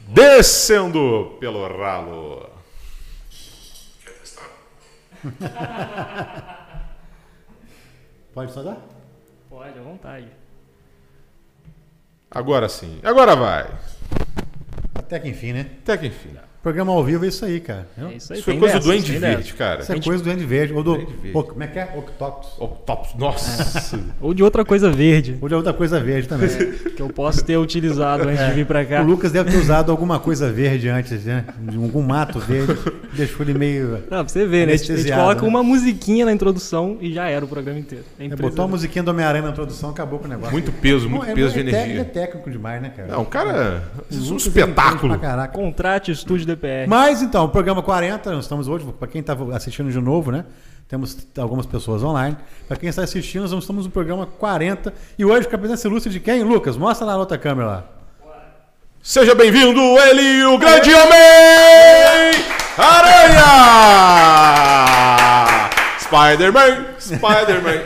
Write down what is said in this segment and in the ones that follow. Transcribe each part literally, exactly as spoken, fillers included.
Descendo pelo ralo. Pode só dar? Pode, à vontade. Agora sim. Agora vai. Até que enfim, né? Até que enfim. Programa ao vivo é isso aí, cara. É isso aí. Isso foi tem coisa dessas, do Duende tem Verde, dessas. cara. Isso é coisa do Duende Verde. Ou do. Duende Verde. Ou, como é que é? Octopus. Octopus. Nossa. Ou de outra coisa verde, Ou de outra coisa verde também. que eu posso ter utilizado antes de vir pra cá. O Lucas deve ter usado alguma coisa verde antes, né? Algum mato verde. Deixou ele meio. Não, pra você ver, né? A gente, a gente Anestesiado, coloca né? uma musiquinha na introdução e já era o programa inteiro. É É, botou a musiquinha do Homem-Aranha na introdução, acabou com o negócio. Muito peso, muito Não, é- peso de é té- Ele é energia. técnico demais, né, cara? Não, cara, isso é um Lucas, ele entende espetáculo. pra caraca. Contrate Estúdio D P R. Mas então, o programa quarenta, nós estamos hoje, para quem está assistindo de novo, né? Temos algumas pessoas online. Para quem está assistindo, nós estamos no programa quarenta. E hoje, com a presença ilustre de quem? Lucas, mostra lá na outra câmera lá. Seja bem-vindo, ele, o grande homem aranha! Spider-Man, Spider-Man.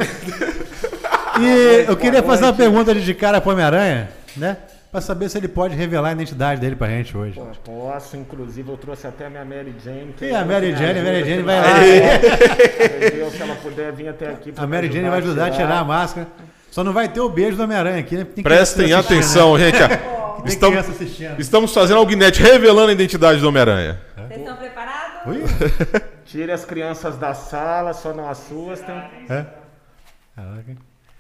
E eu queria fazer uma pergunta de cara para o Homem-Aranha, né? Para saber se ele pode revelar a identidade dele pra gente hoje. Pô, posso, inclusive eu trouxe até a minha Mary Jane. que E a é Mary que me Jane, a ajuda Mary Jane aqui vai na- lá. Entendeu? Se ela puder vir até aqui. pra A me Mary Jane vai ajudar a tirar a máscara. Só não vai ter o beijo do Homem-Aranha aqui, né? Tem Prestem criança assistindo, atenção, né? gente. Tem Estamos, criança assistindo. estamos fazendo alguinete revelando a identidade do Homem-Aranha. Vocês estão preparados? Ui? Tire as crianças da sala, só não as suas. Tem... É? Caraca.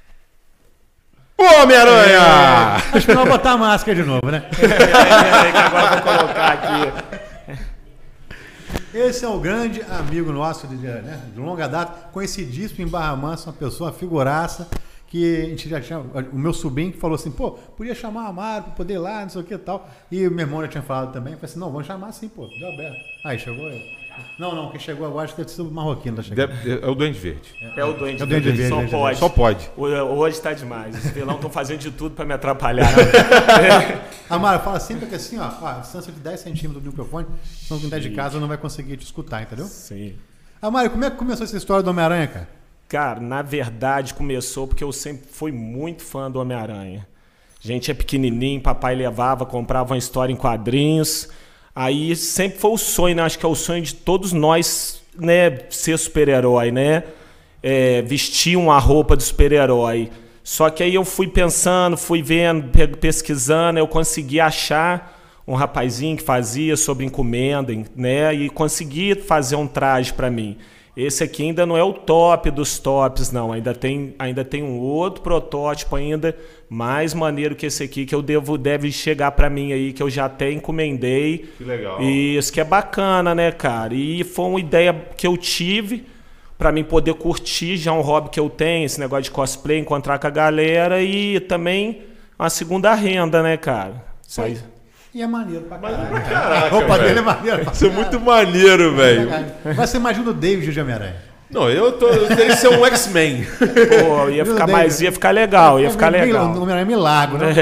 O Homem-Aranha! Acho que não vou botar a máscara de novo, né? É, que agora eu vou colocar aqui. Esse é o grande amigo nosso de, né, de longa data, conhecidíssimo em Barra Mansa, uma pessoa, uma figuraça, que a gente já tinha. O meu sobrinho que falou assim, pô, podia chamar a Amaro pra poder ir lá, não sei o que e tal. E o meu irmão já tinha falado também, eu falei assim, não, vamos chamar sim, pô, deu aberto. Aí chegou ele. Não, não, quem chegou agora acho que deve ser o marroquino, tá chegando. Deve- É o Duende Verde. É o Duende É o Duende Verde, Verde, só Duende pode. Só pode. O- Hoje tá demais. Os vilão estão fazendo de tudo pra me atrapalhar. Amaro, fala sempre que assim, ó, ó, a distância de dez centímetros do microfone, senão quem tá de casa não vai conseguir te escutar, entendeu? Sim. Amaro, como é que começou essa história do Homem-Aranha, cara? Cara, na verdade começou porque eu sempre fui muito fã do Homem-Aranha. A gente é pequenininho, papai levava, comprava uma história em quadrinhos. Aí sempre foi o sonho, né? Acho que é o sonho de todos nós, né? Ser super-herói, né? É, vestir uma roupa de super-herói. Só que aí eu fui pensando, fui vendo, pe- pesquisando, eu consegui achar um rapazinho que fazia sobre encomenda, né? E consegui fazer um traje para mim. Esse aqui ainda não é o top dos tops, não. Ainda tem, ainda tem um outro protótipo ainda mais maneiro que esse aqui que eu devo deve chegar para mim aí, que eu já até encomendei. Que legal. E isso que é bacana, né, cara? E foi uma ideia que eu tive para mim poder curtir, já um hobby que eu tenho, esse negócio de cosplay, encontrar com a galera e também uma segunda renda, né, cara? Isso aí. E é maneiro pra caralho. Caraca, A roupa velho. dele é maneiro pra Isso é muito maneiro, velho. caralho. Mas você imagina o David de Homem-Aranha. Não, eu tô. Eu teria que ser um X-Men. Pô, ia ficar mais, ia ficar legal, ia ficar É meio- legal. O Homem-Aranha é milagre, né?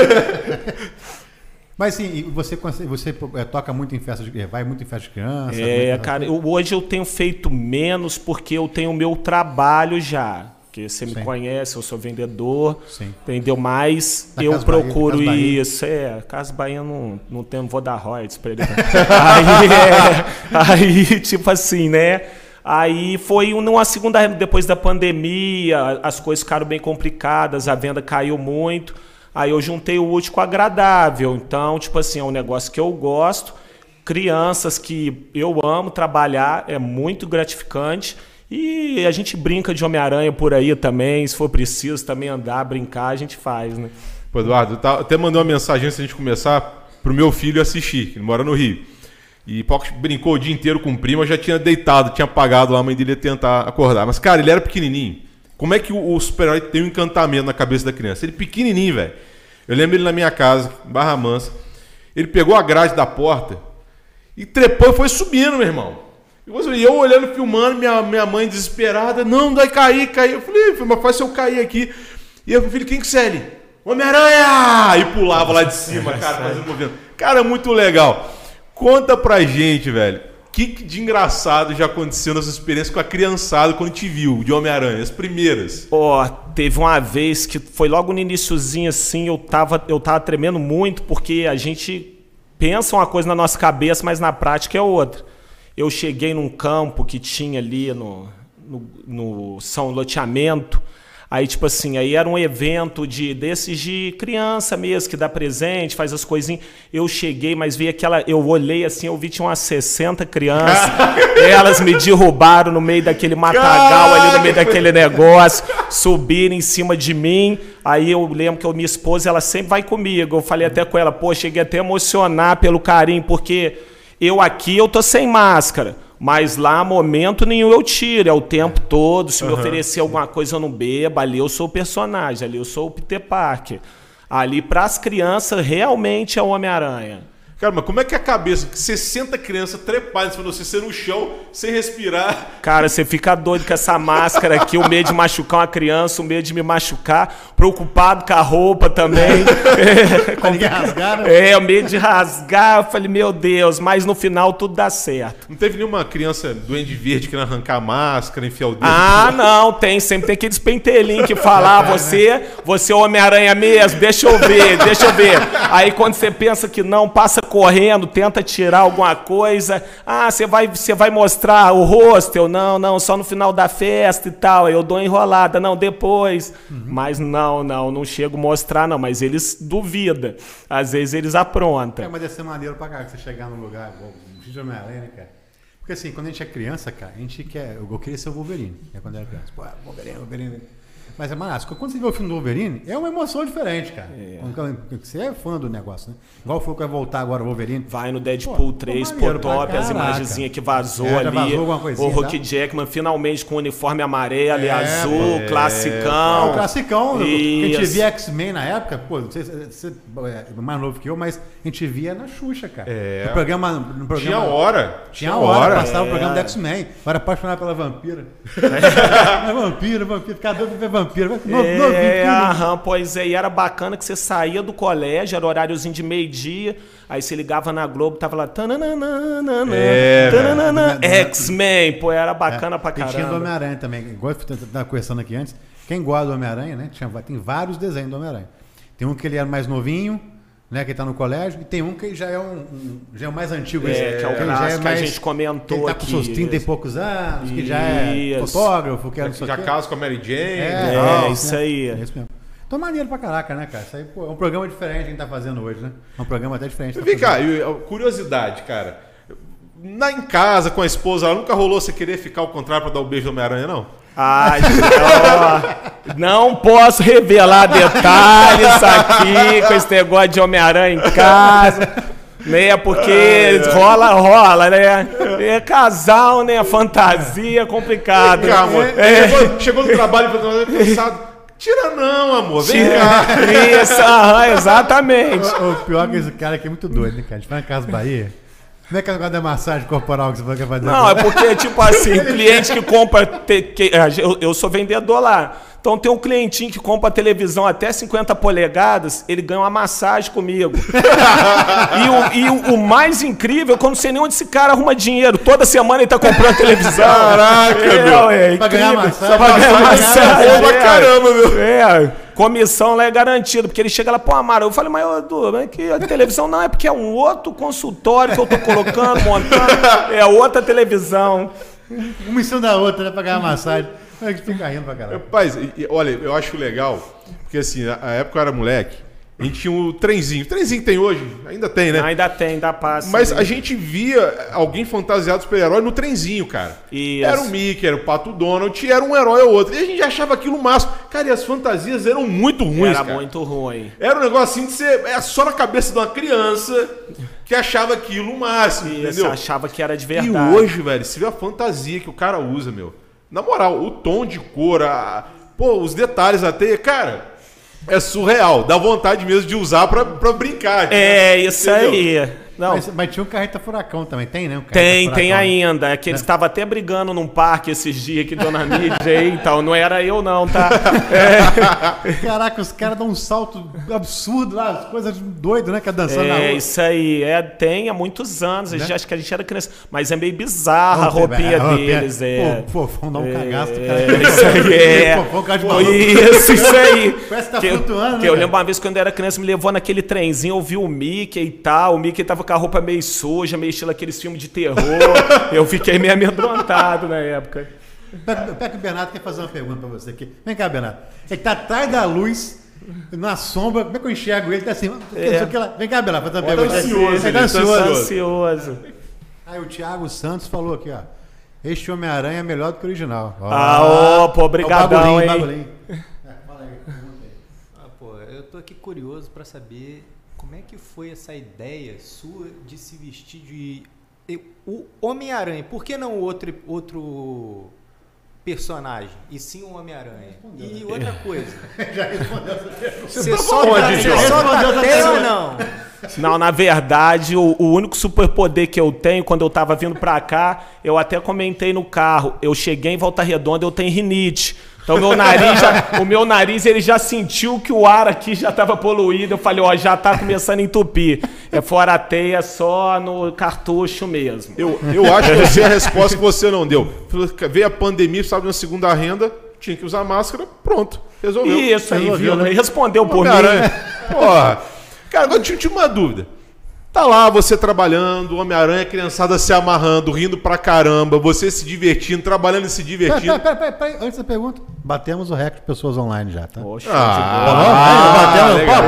Mas sim, e você, conse- você é, toca muito em festa de, vai muito em festa de criança? É, muito- cara, eu- hoje eu tenho feito menos porque eu tenho o meu trabalho já. Porque você me Sim. conhece, eu sou vendedor, Sim. entendeu? Mas Na eu Casa Bahia, procuro Casa Bahia. isso. É, Casa Bahia não, não tem, não vou dar royalties pra ele. aí, é, aí, tipo assim, né? Aí foi uma segunda, depois da pandemia, as coisas ficaram bem complicadas, a venda caiu muito. Aí eu juntei o útil com o agradável. Então, tipo assim, é um negócio que eu gosto. Crianças que eu amo trabalhar, é muito gratificante. E a gente brinca de Homem-Aranha por aí também. Se for preciso também andar, brincar, a gente faz, né? Pô, Eduardo, tá, até mandei uma mensagem antes da gente começar pro meu filho assistir, que ele mora no Rio. E Pox brincou o dia inteiro com o primo, eu já tinha deitado, tinha apagado lá, a mãe dele ia tentar acordar. Mas, cara, ele era pequenininho. Como é que o, o super-herói tem um encantamento na cabeça da criança? Ele pequenininho, velho. Eu lembro ele na minha casa, em Barra Mansa. Ele pegou a grade da porta e trepou e foi subindo, meu irmão. E eu olhando, filmando, minha, minha mãe desesperada. Não, vai cair, cair. Eu falei, filho, mas faz se eu cair aqui. E eu falei, filho, quem que é ele? Homem-Aranha! E pulava lá de cima, cara, fazendo movimento. Cara, muito legal. Conta pra gente, velho, o que de engraçado já aconteceu nessa experiência com a criançada quando te viu, de Homem-Aranha, as primeiras. Ó, teve uma vez que foi logo no iniciozinho assim, eu tava, eu tava tremendo muito, porque a gente pensa uma coisa na nossa cabeça, mas na prática é outra. Eu cheguei num campo que tinha ali no, no, no São Loteamento. Aí, tipo assim, aí era um evento de, desses de criança mesmo, que dá presente, faz as coisinhas. Eu cheguei, mas vi aquela... Eu olhei assim, eu vi tinha umas sessenta crianças. Elas me derrubaram no meio daquele matagal, ali no meio daquele negócio. Subiram em cima de mim. Aí eu lembro que a minha esposa, ela sempre vai comigo. Eu falei até com ela, pô, cheguei até a emocionar pelo carinho, porque eu aqui, eu tô sem máscara. Mas lá, momento nenhum eu tiro, é o tempo todo. Se uhum. me oferecer alguma coisa eu não bebo, ali eu sou o personagem, ali eu sou o Peter Parker. Ali, para as crianças, realmente é o Homem-Aranha. Cara, mas como é que é a cabeça? sessenta crianças trepadas pra você ser no chão, sem respirar. Cara, você fica doido com essa máscara aqui, o medo de machucar uma criança, o medo de me machucar, preocupado com a roupa também. Pra ninguém rasgar, né? É, o medo de rasgar. Eu falei, meu Deus, mas no final tudo dá certo. Não teve nenhuma criança doente verde querendo arrancar a máscara, enfiar o dedo? Ah, não, tem. Sempre tem aqueles pentelinhos que falam, ah, você, você é o Homem-Aranha mesmo, deixa eu ver, deixa eu ver. Aí quando você pensa que não, passa correndo, tenta tirar alguma coisa. Ah, você vai, você vai mostrar o rosto? Eu, não, não, só no final da festa e tal. Aí eu dou enrolada, não, depois. Uhum. Mas não, não, não chego a mostrar, não. Mas eles duvidam. Às vezes eles aprontam. É, mas deve ser maneiro pra cá, que você chegar num lugar, igual o de Homem-Aranha, né, cara? Porque assim, quando a gente é criança, cara, a gente quer... Eu queria ser o Wolverine, né, quando eu era criança. Pô, Wolverine, Wolverine... Mas é maravilhoso. Quando você vê o filme do Wolverine, é uma emoção diferente, cara. É. Você é fã do negócio, né? Igual foi que vai voltar agora o Wolverine. Vai no Deadpool três, pô, top, as imagenzinhas que vazou é, ali. Vazou o Hugh tá? Jackman finalmente com o uniforme amarelo é, e azul, é, classicão. É, o classicão. A gente via X-Men na época, pô, você, você é mais novo que eu, mas a gente via na Xuxa, cara. É. No programa, no programa. Tinha hora. Tinha hora. Passava é. o programa do X-Men. Eu era apaixonado pela vampira. É. vampira, vampira. Cada um vê vampira. No, é, aham, pois é, e era bacana que você saía do colégio, era horáriozinho de meio-dia, aí você ligava na Globo, tava lá, é, X-Men, pô, era bacana é, pra caramba. E tinha do Homem-Aranha também, igual eu estava conversando aqui antes, quem gosta do Homem-Aranha, né, tinha, tem vários desenhos do Homem-Aranha. Tem um que ele era mais novinho, né, que tá no colégio, e tem um que já é um, um já é o mais antigo, é, esse, que é o que, já é mais, que a gente comentou que ele tá aqui, com seus trinta e poucos anos, que já é fotógrafo, que era já casa com a Mary Jane. É, é, é isso aí. É isso mesmo. Então maneiro pra caraca, né, cara? Isso aí, pô, é um programa diferente que a gente tá fazendo hoje, né? É um programa até diferente. Tá Vem cá, eu, curiosidade, cara. Na, em casa, com a esposa, ela nunca rolou você querer ficar ao contrário pra dar o um beijo do Homem-Aranha, não? Ai, ó, não posso revelar detalhes aqui com esse negócio de Homem-Aranha em casa, né? Porque ai, rola, rola, né? É casal, né? Fantasia complicada. Vem cá, amor. É. Chegou, chegou no trabalho e pensado. Tira não, amor. Vem Tira. cá. Isso, aham, exatamente. O, o pior é que esse cara aqui é muito doido, né, cara? A gente vai na Casa Bahia. Não é que negócio da massagem corporal que você vai fazer? Não, é porque, tipo assim, cliente que compra... Te, que, eu, eu sou vendedor lá. Então tem um clientinho que compra televisão até cinquenta polegadas, ele ganha uma massagem comigo. e o, e o, o mais incrível é que eu não sei nem onde esse cara arruma dinheiro. Toda semana ele tá comprando televisão. Caraca, é, meu. É, pra ganhar massagem. Pra ganhar massagem. É, pra caramba, meu. É, comissão lá é garantida, porque ele chega lá, pô, Amaro, eu falei, mas eu, Edu, é que a televisão não é porque é um outro consultório que eu tô colocando, montando, é outra televisão. Uma em cima da outra, né, pra ganhar massagem. É que fica rindo pra caralho. Rapaz, olha, eu acho legal, porque assim, na época eu era moleque, a gente tinha o trenzinho. O trenzinho que tem hoje, ainda tem, né? Ainda tem, ainda passa. Mas a gente via alguém fantasiado de super-herói no trenzinho, cara. Isso. Era o Mickey, era o Pato Donald, e era um herói ou outro. E a gente achava aquilo o máximo. Cara, e as fantasias eram muito ruins, Era cara. muito ruim. Era um negócio assim de ser é só na cabeça de uma criança que achava aquilo o máximo, Isso, entendeu? achava que era de verdade. E hoje, velho, você vê a fantasia que o cara usa, meu. Na moral, o tom de cor, a... pô, os detalhes até, cara, é surreal. Dá vontade mesmo de usar pra, pra brincar. É, né? Isso entendeu? Aí. Não. Mas, mas tinha um Carreta Furacão também, tem, né? Um tem, Furacão. tem ainda. É que eles estavam até brigando num parque esses dias que deu na mídia aí e tal. Não era eu não, tá? É. Caraca, os caras dão um salto absurdo lá, coisas doidas, né? Que é dançando é, na rua. É, isso aí. É, tem há muitos anos. A gente né? acha que a gente era criança. Mas é meio bizarra a roupinha é, deles. É. Pô, fofão dá um é, cagaço, cara. É, isso aí. É. Fofão, cara de maluco. Isso, isso aí. Parece que tá que flutuando, eu, né? que eu lembro uma vez quando eu era criança, me levou naquele trenzinho, eu vi o Mickey e tal. O Mickey tava com a roupa meio suja, meio estilo aqueles filmes de terror. Eu fiquei meio amedrontado na época. Pega que o Bernardo quer fazer uma pergunta pra você aqui. Vem cá, Bernardo. Ele tá atrás da luz, na sombra. Como é que eu enxergo ele? Tá assim. É. Vem cá, Bernardo, fazer uma Tá pergunta. ansioso, Ele tá ele tá ansioso. Ansioso. Aí o Thiago Santos falou aqui, ó. Este Homem-Aranha é melhor do que o original. Ó. Ah, ô, pô, obrigadão, Ó, o hein? bagulhinho, bagulhinho. É, fala aí, pergunta aí. Ah, pô, eu tô aqui curioso pra saber como é que foi essa ideia sua de se vestir de eu- o Homem-Aranha. Por que não outro, outro personagem? E sim o Homem-Aranha. E outra coisa. Já respondeu essa pergunta. Você só onde, tá, João? você só tá Respondeu tem essa ou não? Não, na verdade, o, o único superpoder que eu tenho, quando eu tava vindo pra cá, eu até comentei no carro, eu cheguei em Volta Redonda, eu tenho rinite. Então meu nariz já, o meu nariz ele já sentiu que o ar aqui já estava poluído. Eu falei, ó, já tá começando a entupir. É fora a teia, só no cartucho mesmo. Eu, eu acho que eu sei a resposta que você não deu. Veio a pandemia, precisava de uma segunda renda, tinha que usar máscara, pronto, resolveu. Isso aí, Resolveu, viu? né? Respondeu por mim. Homem-Aranha. Porra. Cara, agora eu tinha tinha uma dúvida. Tá lá você trabalhando, o Homem-Aranha, a criançada se amarrando, rindo pra caramba, você se divertindo, trabalhando e se Pera, divertindo. pera, pera, pera, pera, antes da pergunta. Batemos o recorde de pessoas online já, tá? Poxa, Ah, bateu, legal.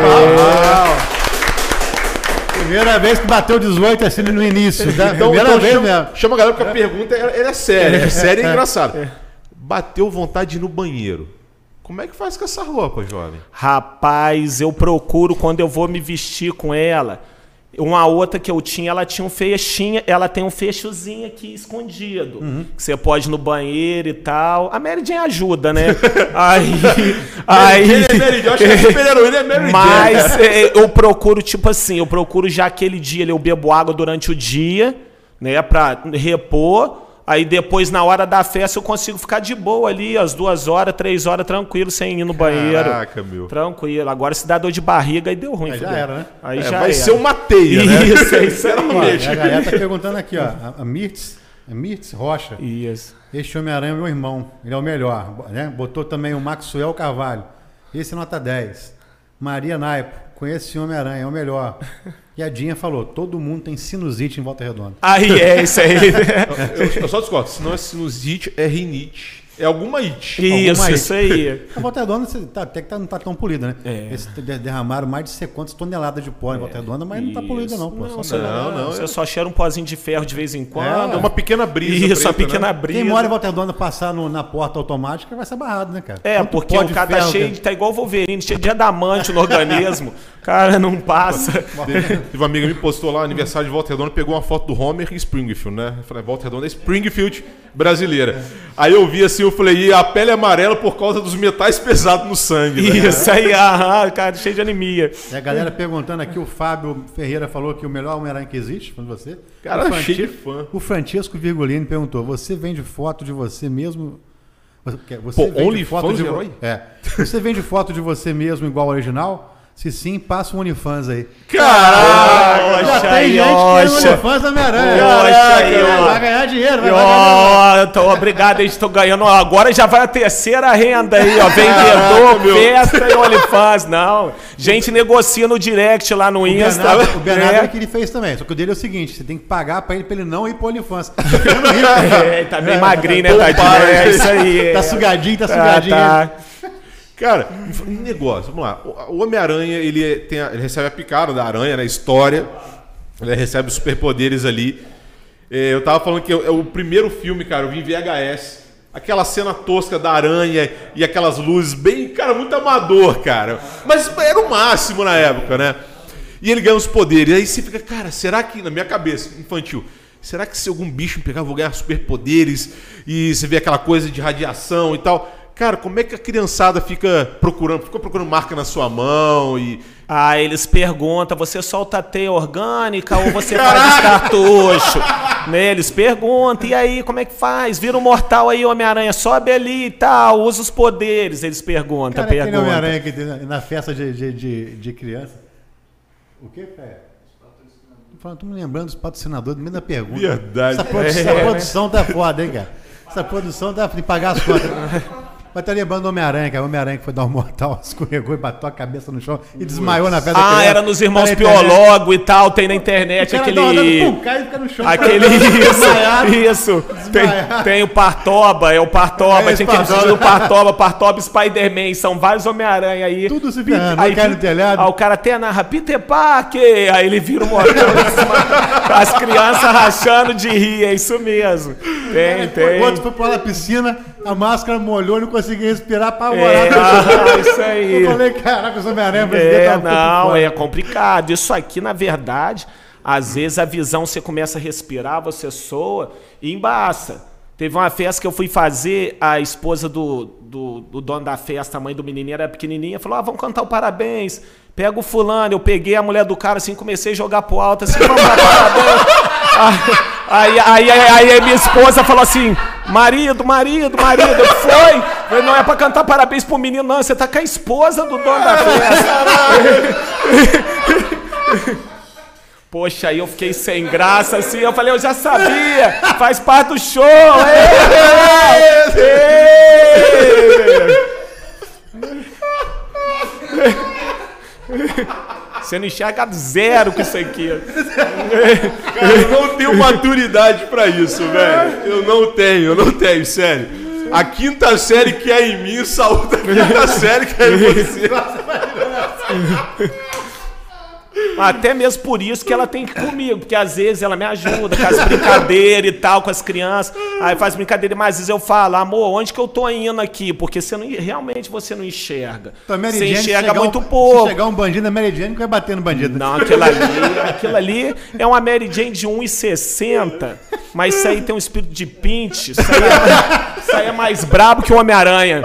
Primeira vez que bateu dezoito assim no início. Tá? Então, Primeira então vez chama, mesmo. chama a galera porque a pergunta ela, ela é séria. É séria e engraçada. Bateu vontade de ir no banheiro. Como é que faz com essa roupa, jovem? rapaz, eu procuro quando eu vou me vestir com ela. Uma outra que eu tinha, ela tinha um fechinho, ela tem um fechozinho aqui escondido. Que você pode ir no banheiro e tal. A Mary Jane ajuda, né? aí. aí Ele é Mary Jane, eu acho que é super-heroína, é Mary Jane. Mas é, eu procuro, tipo assim, eu procuro já aquele dia, eu bebo água durante o dia, né? Pra repor. Aí depois, na hora da festa, eu consigo ficar de boa ali, as duas horas, três horas, tranquilo, sem ir no banheiro. Caraca, meu. Tranquilo. Agora, se dá dor de barriga, aí deu ruim. Aí já fudeu. era, né? Aí É, já vai era. ser uma teia, né? Isso, é isso aí. Ó, e a galera tá perguntando aqui, ó. A, a Mirtz, a Mirtz Rocha. Isso. Este Homem-Aranha é meu irmão. Ele é o melhor. Né? Botou também o Maxwell Carvalho. Esse é nota dez. Maria Naipo. Conhece esse Homem-Aranha, é o melhor. E a Dinha falou, todo mundo tem sinusite em Volta Redonda. Aí é isso aí. Eu, eu só discordo. Se não é sinusite, é rinite. É alguma it. Isso, Alguma isso aí. A Volta Redonda você tá, até que tá, não tá tão polida, né? É. Eles de- derramaram mais de sei quantas toneladas de pó em Volta Redonda, mas não tá polida não, pô. Não, Só você, tá- Não, não, você é- só cheira um pozinho de ferro de vez em quando. É uma pequena brisa. Isso, a preta, pequena né? brisa. Quem mora em Volta Redonda passar no- na porta automática vai ser barrado, né, cara? É, Tanto porque pó o de cara tá ferro cheio que- de. Tá igual o Wolverine, cheio de adamante no organismo. Cara, não passa. Teve uma amiga que me postou lá, aniversário de Volta Redonda, pegou uma foto do Homer em Springfield, né? Eu falei, Volta Redonda é Springfield brasileira. Aí eu vi assim, eu falei, e a pele é amarela por causa dos metais pesados no sangue, né? Isso aí, aham, cara, cheio de anemia. E a galera perguntando aqui, o Fábio Ferreira falou que o melhor Homem-Aranha que existe, falando você. Cara, o Franti- cheio de fã. O Francisco Virgulini perguntou, você vende foto de você mesmo... Você, quer- você Pô, vende OnlyFans foto de de vo- herói? É. Você vende foto de você mesmo igual ao original? Se sim, passa um OnlyFans aí. Caralho! Já Oxa, tem gente que tem oxa. OnlyFans da Homem-Aranha. Oxa, Caraca, aí, ó. vai ganhar dinheiro, vai, vai ganhar dinheiro. Ó, tô, obrigado, eles estão ganhando. Agora já vai a terceira renda aí, ó. Vendedor, meu. festa e OnlyFans. Não. Gente negocia no direct lá no O Insta. Bernardo, o Bernardo né? é que ele fez também. Só que o dele é o seguinte: você tem que pagar pra ele, pra ele não ir pro OnlyFans. É, tá bem magrinho, né, Poupar, tadinho? É né? isso aí. Tá sugadinho, tá Ah, sugadinho. tá. Cara, um negócio, vamos lá. O o Homem-Aranha, ele, é- tem a- ele recebe a picada da aranha, né? História. Ele recebe os superpoderes ali. É, eu tava falando que é o- é o primeiro filme, cara, eu vi em V H S. Aquela cena tosca da aranha e aquelas luzes bem, cara, muito amador, cara. Mas era o máximo na época, né? E ele ganha os poderes. Aí você fica, cara, será que, na minha cabeça, infantil, será que se algum bicho me pegar, eu vou ganhar superpoderes? E você vê aquela coisa de radiação e tal. Cara, como é que a criançada fica procurando, fica procurando marca na sua mão e... Ah, eles perguntam, você solta a teia orgânica ou você faz cartucho? Né, eles perguntam, e aí, como é que faz? Vira um mortal aí, Homem-Aranha, sobe ali e tal, usa os poderes, eles perguntam, Cara, aquele perguntam. Homem-Aranha que tem na- na festa de, de, de, de criança. O que, cara? Tô me lembrando dos patrocinadores no meio da pergunta. Verdade. Essa, produ- essa produção tá foda, hein, cara? Essa produção dá pra pagar as contas. Mas tá lembrando do Homem-Aranha, que é o Homem-Aranha que foi dar um mortal, escorregou e bateu a cabeça no chão e desmaiou na festa. Ah, era nos Irmãos Piologo e tal, tem na internet aquele... Pum, cai e fica no chão. Aquele... Isso, isso. Tem, tem o Partoba, é o Partoba, É, tem esse aquele Partoba. do Partoba, Partoba e Spider-Man, são vários Homem-Aranha aí. Tudo se ferrando, um cai no telhado. Aí o cara até narra Peter Parker, aí ele vira um mortal em cima, as crianças rachando de rir, é isso mesmo. Tem, tem. O outro foi pra lá na piscina, a máscara molhou, não conseguia respirar, É, apavorado. ah, isso aí. Eu falei, caraca, os Homem-Aranha É, tava um pouco não, fora. é complicado. Isso aqui, na verdade, às vezes a visão, você começa a respirar, você soa e embaça. Teve uma festa que eu fui fazer, a esposa do, do, do dono da festa, a mãe do menininho era pequenininha, falou, ah, vamos cantar o parabéns, pega o fulano. Eu peguei a mulher do cara, assim, comecei a jogar pro alto, assim, vamos dar parabéns. Aí, aí, aí, aí minha esposa falou assim, marido, marido, marido, eu foi? Eu falei, não é pra cantar parabéns pro menino, não, você tá com a esposa do dono da festa. Poxa, aí eu fiquei sem graça, assim, eu falei, eu já sabia, faz parte do show. Ei, ei. Você não enxerga zero com isso aqui. Cara, eu não tenho maturidade pra isso, velho. Eu não tenho, eu não tenho, sério. A quinta série que é em mim, saúde a quinta série que é em você. Até mesmo por isso que ela tem que ir comigo, porque às vezes ela me ajuda com as brincadeiras e tal, com as crianças. Aí faz brincadeira, mas às vezes eu falo, amor, onde que eu tô indo aqui? Porque você não, realmente você não enxerga. Então, Mary Você Jane, enxerga chegar muito um, pouco. Se chegar um bandido, a Mary Jane que vai bater no bandido. Não, aquilo ali, aquilo ali é uma Mary Jane de um e sessenta, mas isso aí tem um espírito de pinche. Isso aí é, isso aí é mais brabo que o Homem-Aranha.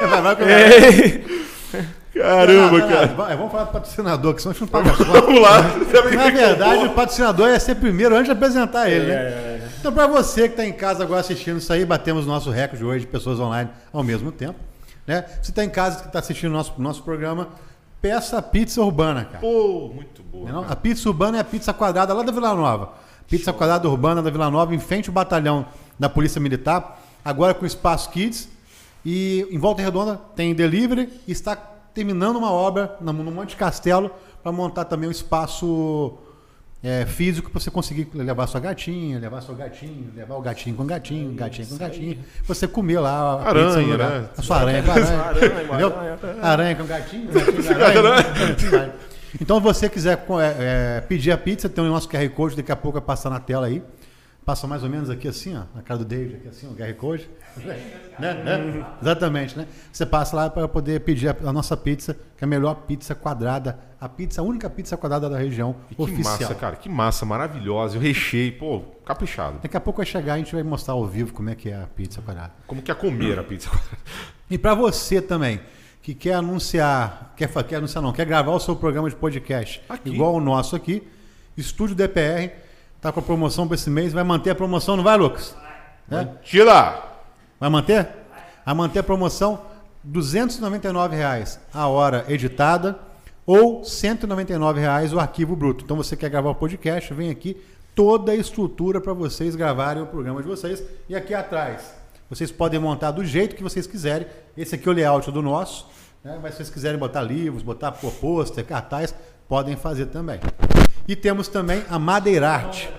É. Caramba, Ah, cara. ah, Vamos falar do patrocinador, que senão a gente não paga só. Vamos lá. Na verdade, o patrocinador é ser primeiro antes de apresentar ele, né? Então, para você que está em casa agora assistindo isso aí, batemos o nosso recorde hoje de pessoas online ao mesmo tempo, né? Se está em casa que está assistindo o nosso, nosso programa, peça a pizza urbana, cara. Pô, muito boa. Não? A pizza urbana é a pizza quadrada lá da Vila Nova. Pizza quadrada urbana da Vila Nova, em frente ao batalhão da Polícia Militar, agora com Espaço Kids. E em Volta Redonda tem delivery e está terminando uma obra no Monte Castelo para montar também um espaço é, físico para você conseguir levar sua gatinha, levar seu gatinho, levar o gatinho com gatinho, gatinho com gatinho, você comer lá a Aranha, pizza no lugar. né? A sua aranha com aranha, Aranha, entendeu? aranha, Aranha com gatinho, gatinho com aranha. Então, se você quiser é, é, pedir a pizza, tem o nosso Q R Code, daqui a pouco vai passar na tela aí. Passa mais ou menos aqui assim, ó, na cara do David, aqui assim, o Q R Code. Né? Né? Exatamente, né? Você passa lá para poder pedir a, a nossa pizza, que é a melhor pizza quadrada, a pizza, a única pizza quadrada da região Que oficial. massa, cara. Que massa, maravilhosa. Eu recheio, pô, caprichado. Daqui a pouco vai chegar, a gente vai mostrar ao vivo como é que é a pizza quadrada. Como que é comer a pizza? E para você também, que quer anunciar, quer, quer anunciar não, quer gravar o seu programa de podcast, Aqui. igual o nosso aqui, Estúdio D P R, tá com a promoção para esse mês, vai manter a promoção, não vai, Lucas? Né? Tira! Vai manter? Vai manter a promoção duzentos e noventa e nove reais a hora editada ou cento e noventa e nove reais o arquivo bruto. Então você quer gravar o podcast, vem aqui, toda a estrutura para vocês gravarem o programa de vocês. E aqui atrás, vocês podem montar do jeito que vocês quiserem. Esse aqui é o layout do nosso, né? Mas se vocês quiserem botar livros, botar pôster, cartaz, podem fazer também. E temos também a Madeirarte.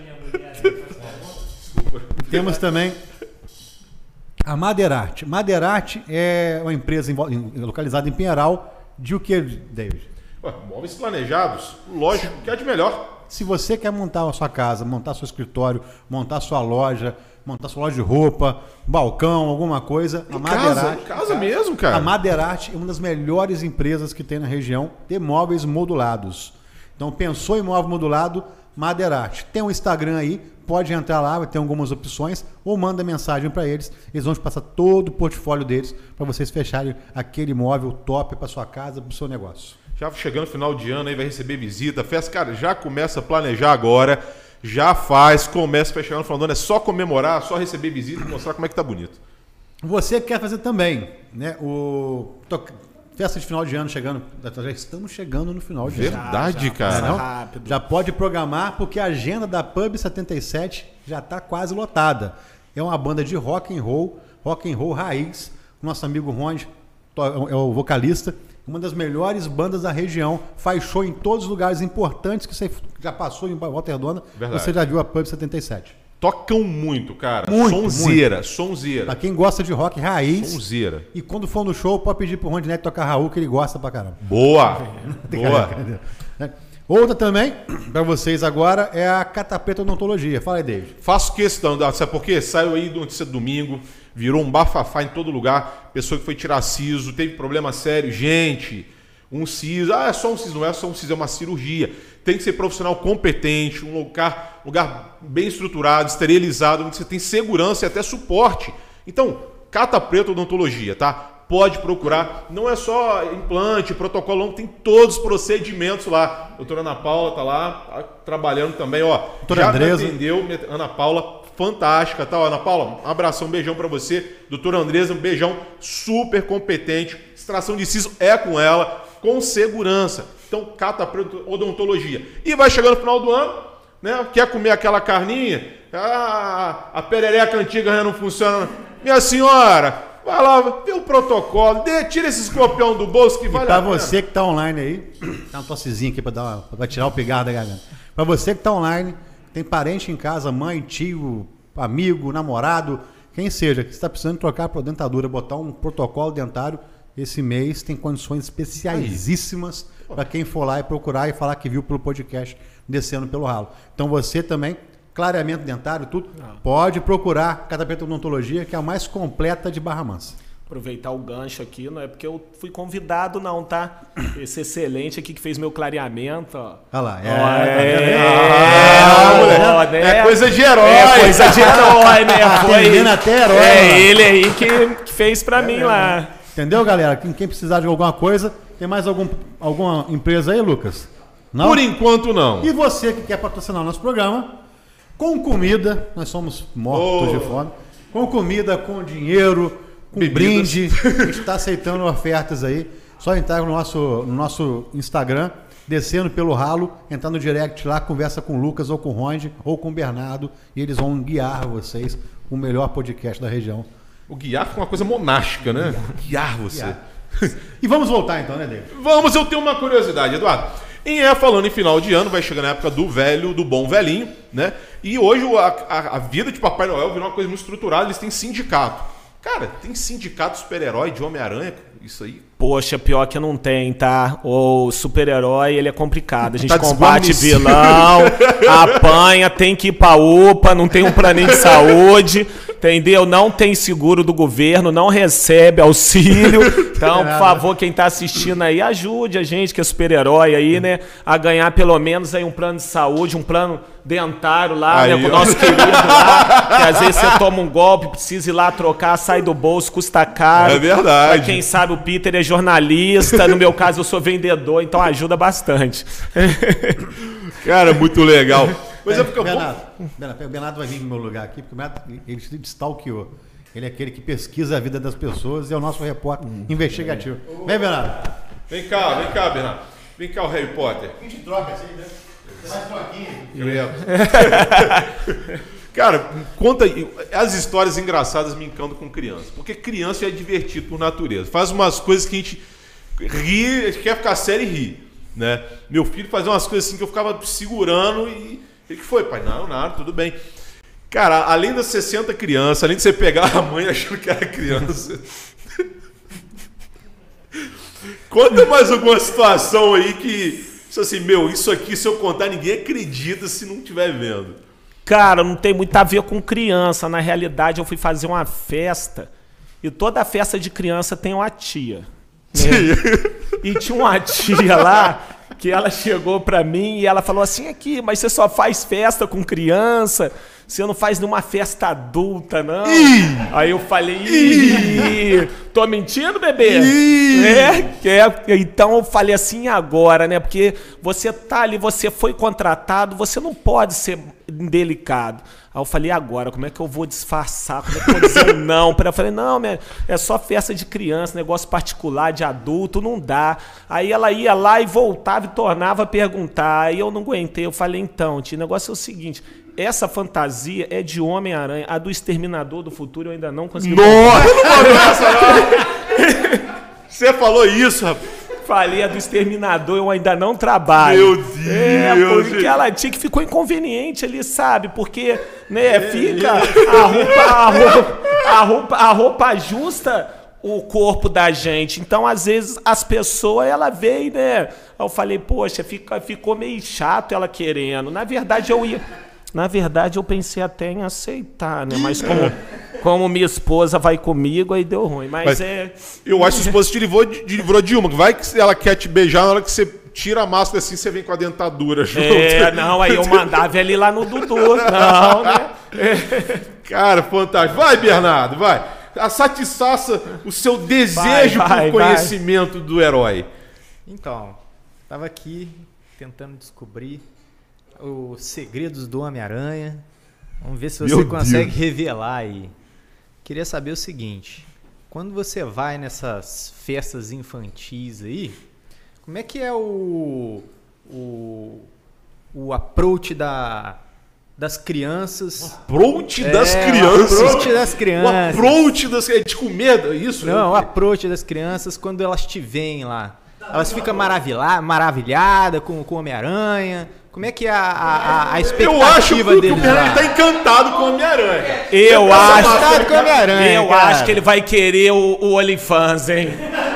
Temos também a Madeirarte. Madeirarte é uma empresa em, em, localizada em Pinheiral. De o que, David? Ué, móveis planejados, lógico que é de melhor. Se você quer montar a sua casa, montar seu escritório, montar sua loja, montar sua loja de roupa, balcão, alguma coisa, a Madeirarte. Casa, casa mesmo, cara. A Madeirarte é uma das melhores empresas que tem na região de móveis modulados. Então, pensou em móvel modulado, Madeirarte. Tem um Instagram aí, pode entrar lá, vai ter algumas opções, ou manda mensagem para eles, eles vão te passar todo o portfólio deles para vocês fecharem aquele móvel top para sua casa, para o seu negócio. Já chegando no final de ano aí, vai receber visita, festa, cara, já começa a planejar agora, já faz, começa a fechar no final do ano, é só comemorar, só receber visita e mostrar como é que tá bonito. Você quer fazer também, né? O festa de final de ano chegando, já estamos chegando no final de ano. Verdade, já, já, cara. já. Não? rápido. Já pode programar, porque a agenda da Pub setenta e sete já está quase lotada. É uma banda de rock and roll, rock and roll raiz. Nosso amigo Ronde é o vocalista, uma das melhores bandas da região, faz show em todos os lugares importantes que você já passou em Volta Redonda. Verdade. Você já viu a Pub setenta e sete. Tocam muito, cara. Muito, sonzeira, muito. sonzeira. Pra quem gosta de rock raiz. Sonzeira. E quando for no show, pode pedir pro Rondinete tocar Raul, que ele gosta pra caramba. Boa! Boa! Outra também, pra vocês agora, é a Catapeta Odontologia. Fala aí, David. Faço questão, sabe por quê? Saiu aí do notícia domingo, virou um bafafá em todo lugar. Pessoa que foi tirar siso, teve problema sério. Gente, um siso, ah, é só um siso, não é só um siso, é uma cirurgia. Tem que ser profissional competente, um lugar, lugar bem estruturado, esterilizado, onde você tem segurança e até suporte. Então, Catapeta Odontologia, tá? Pode procurar. Não é só implante, protocolo longo, tem todos os procedimentos lá. Doutora Ana Paula tá lá, tá trabalhando também, ó. Doutora já Andresa. me atendeu, Ana Paula, fantástica, tá? Ó, Ana Paula, um abração, um beijão pra você. Doutora Andresa, um beijão, super competente. Extração de siso é com ela, com segurança. Então, Catapeta Odontologia. E vai chegando no final do ano, né? Quer comer aquela carninha? Ah, a perereca antiga já não funciona. Minha senhora, vai lá, vê o protocolo, dê, tira esse escorpião do bolso que vale Pra a pena. você que tá online aí, dá uma tossezinha aqui pra, dar uma, pra tirar o pigarro da garganta. Pra você que tá online, tem parente em casa, mãe, tio, amigo, namorado, quem seja, que está precisando trocar por dentadura, botar um protocolo dentário, esse mês tem condições especialíssimas para quem for lá e procurar e falar que viu pelo podcast Descendo pelo Ralo. Então você também, clareamento dentário, tudo, ah. pode procurar Catapeta Odontologia, que é a mais completa de Barra Mansa. Aproveitar o gancho aqui, não é porque eu fui convidado não, tá? Esse excelente aqui que fez meu clareamento, ó. Olha lá. É, ó, é, é, é, é, é, é coisa de herói. É coisa de herói, né? Foi até herói. É ele aí que, que fez pra é mim mesmo. Lá. Entendeu, galera? Quem, quem precisar de alguma coisa, tem mais algum, alguma empresa aí, Lucas? Não? Por enquanto, não. E você que quer patrocinar o nosso programa, com comida, nós somos mortos oh. de fome, com comida, com dinheiro, com Bebidas. brinde, a gente está aceitando ofertas aí. Só entrar no nosso, no nosso Instagram, Descendo pelo Ralo, entrar no direct lá, conversa com o Lucas ou com o Ronde ou com o Bernardo e eles vão guiar vocês o melhor podcast da região. O guiar foi uma coisa monástica, né? Guiar, guiar você. Guiar. E vamos voltar então, né, David? Vamos, eu tenho uma curiosidade, Eduardo. Em é, falando em final de ano, vai chegar na época do velho, do bom velhinho, né? E hoje a, a, a vida de Papai Noel virou uma coisa muito estruturada, eles têm sindicato. Cara, tem sindicato super-herói de Homem-Aranha? Isso aí? Poxa, pior que não tem, tá? O super-herói, ele é complicado. A gente tá combate vilão, apanha, tem que ir pra U P A, não tem um planinho de saúde, entendeu? Não tem seguro do governo, não recebe auxílio. Então, por favor, quem tá assistindo aí, ajude a gente, que é super-herói aí, né? A ganhar pelo menos aí um plano de saúde, um plano dentário lá, aí, né? Com o nosso querido lá, que às vezes você toma um golpe, precisa ir lá trocar, sai do bolso, custa caro. É verdade. Pra quem sabe, o Peter é jornalista, no meu caso eu sou vendedor, então ajuda bastante. Cara, muito legal. Mas é, é porque Bernardo, Bernardo, o Bernardo vai vir no meu lugar aqui, porque o Bernardo, ele se stalkeou. Ele é aquele que pesquisa a vida das pessoas e é o nosso repórter hum, investigativo. É. Vem, Bernardo. Vem cá, vem cá, Bernardo. Vem cá o Harry Potter. A gente troca assim, né? Você vai troquinha. Cara, conta aí. As histórias engraçadas me encantam com criança. Porque criança é divertido por natureza. Faz umas coisas que a gente ri, a gente quer ficar sério e ri. Né? Meu filho fazia umas coisas assim que eu ficava segurando e... Ele que foi, pai? Não, nada, tudo bem. Cara, além das sessenta crianças, além de você pegar a mãe achando que era criança... Conta mais alguma situação aí que... Assim, meu, isso aqui, se eu contar, ninguém acredita se não estiver vendo. Cara, não tem muito a ver com criança. Na realidade, eu fui fazer uma festa e toda festa de criança tem uma tia. Né? E tinha uma tia lá que ela chegou pra mim e ela falou assim, aqui, mas você só faz festa com criança, você não faz nenhuma festa adulta, não? Ih! Aí eu falei, Ih! Tô mentindo, bebê? É, é, então eu falei assim agora, né? Porque você tá ali, você foi contratado, você não pode ser indelicado. Aí eu falei, agora, como é que eu vou disfarçar? Como é que eu vou dizer um não? Eu falei, não, é só festa de criança, negócio particular, de adulto, não dá. Aí ela ia lá e voltava e tornava a perguntar. Aí eu não aguentei, eu falei, então, tio, o negócio é o seguinte, essa fantasia é de Homem-Aranha, a do Exterminador do Futuro eu ainda não consegui... Nossa, não essa não! Você falou isso, rapaz? Falei, a do Exterminador eu ainda não trabalho. Meu Deus! É, porque gente. ela tinha que ficou inconveniente ali, sabe? Porque, né, fica a roupa, a roupa, a roupa, a roupa ajusta o corpo da gente. Então, às vezes, as pessoas, ela veio, né? Aí eu falei, poxa, fica, ficou meio chato ela querendo. Na verdade, eu ia... Na verdade, eu pensei até em aceitar, né? Mas como, como minha esposa vai comigo, aí deu ruim. Mas, Mas é... Eu acho que sua esposa te livrou de, de, livrou de uma. Vai que ela quer te beijar, na hora que você tira a máscara assim, você vem com a dentadura junto. É, não, aí eu mandava ele lá no Dudu. Não, né? É. Cara, fantástico. Vai, Bernardo, vai. Satisfaça o seu desejo Vai, vai, por conhecimento vai. do herói. Então, tava aqui tentando descobrir os segredos do Homem-Aranha. Vamos ver se você Meu consegue Deus. revelar aí. Queria saber o seguinte: quando você vai nessas festas infantis aí, como é que é o o, o approach da, das crianças? Approach É, das o crianças. approach das O crianças. approach das crianças. É de comer, isso? Não, o approach das crianças quando elas te veem lá. Elas ficam maravilha- maravilhadas com, com o Homem-Aranha. Como é que é a, a, a expectativa Eu acho que, que o deles Bernardo lá? tá encantado com o Homem-Aranha. Eu acho, Encantado com o Homem-Aranha, eu cara. acho que ele vai querer o, o OnlyFans, hein?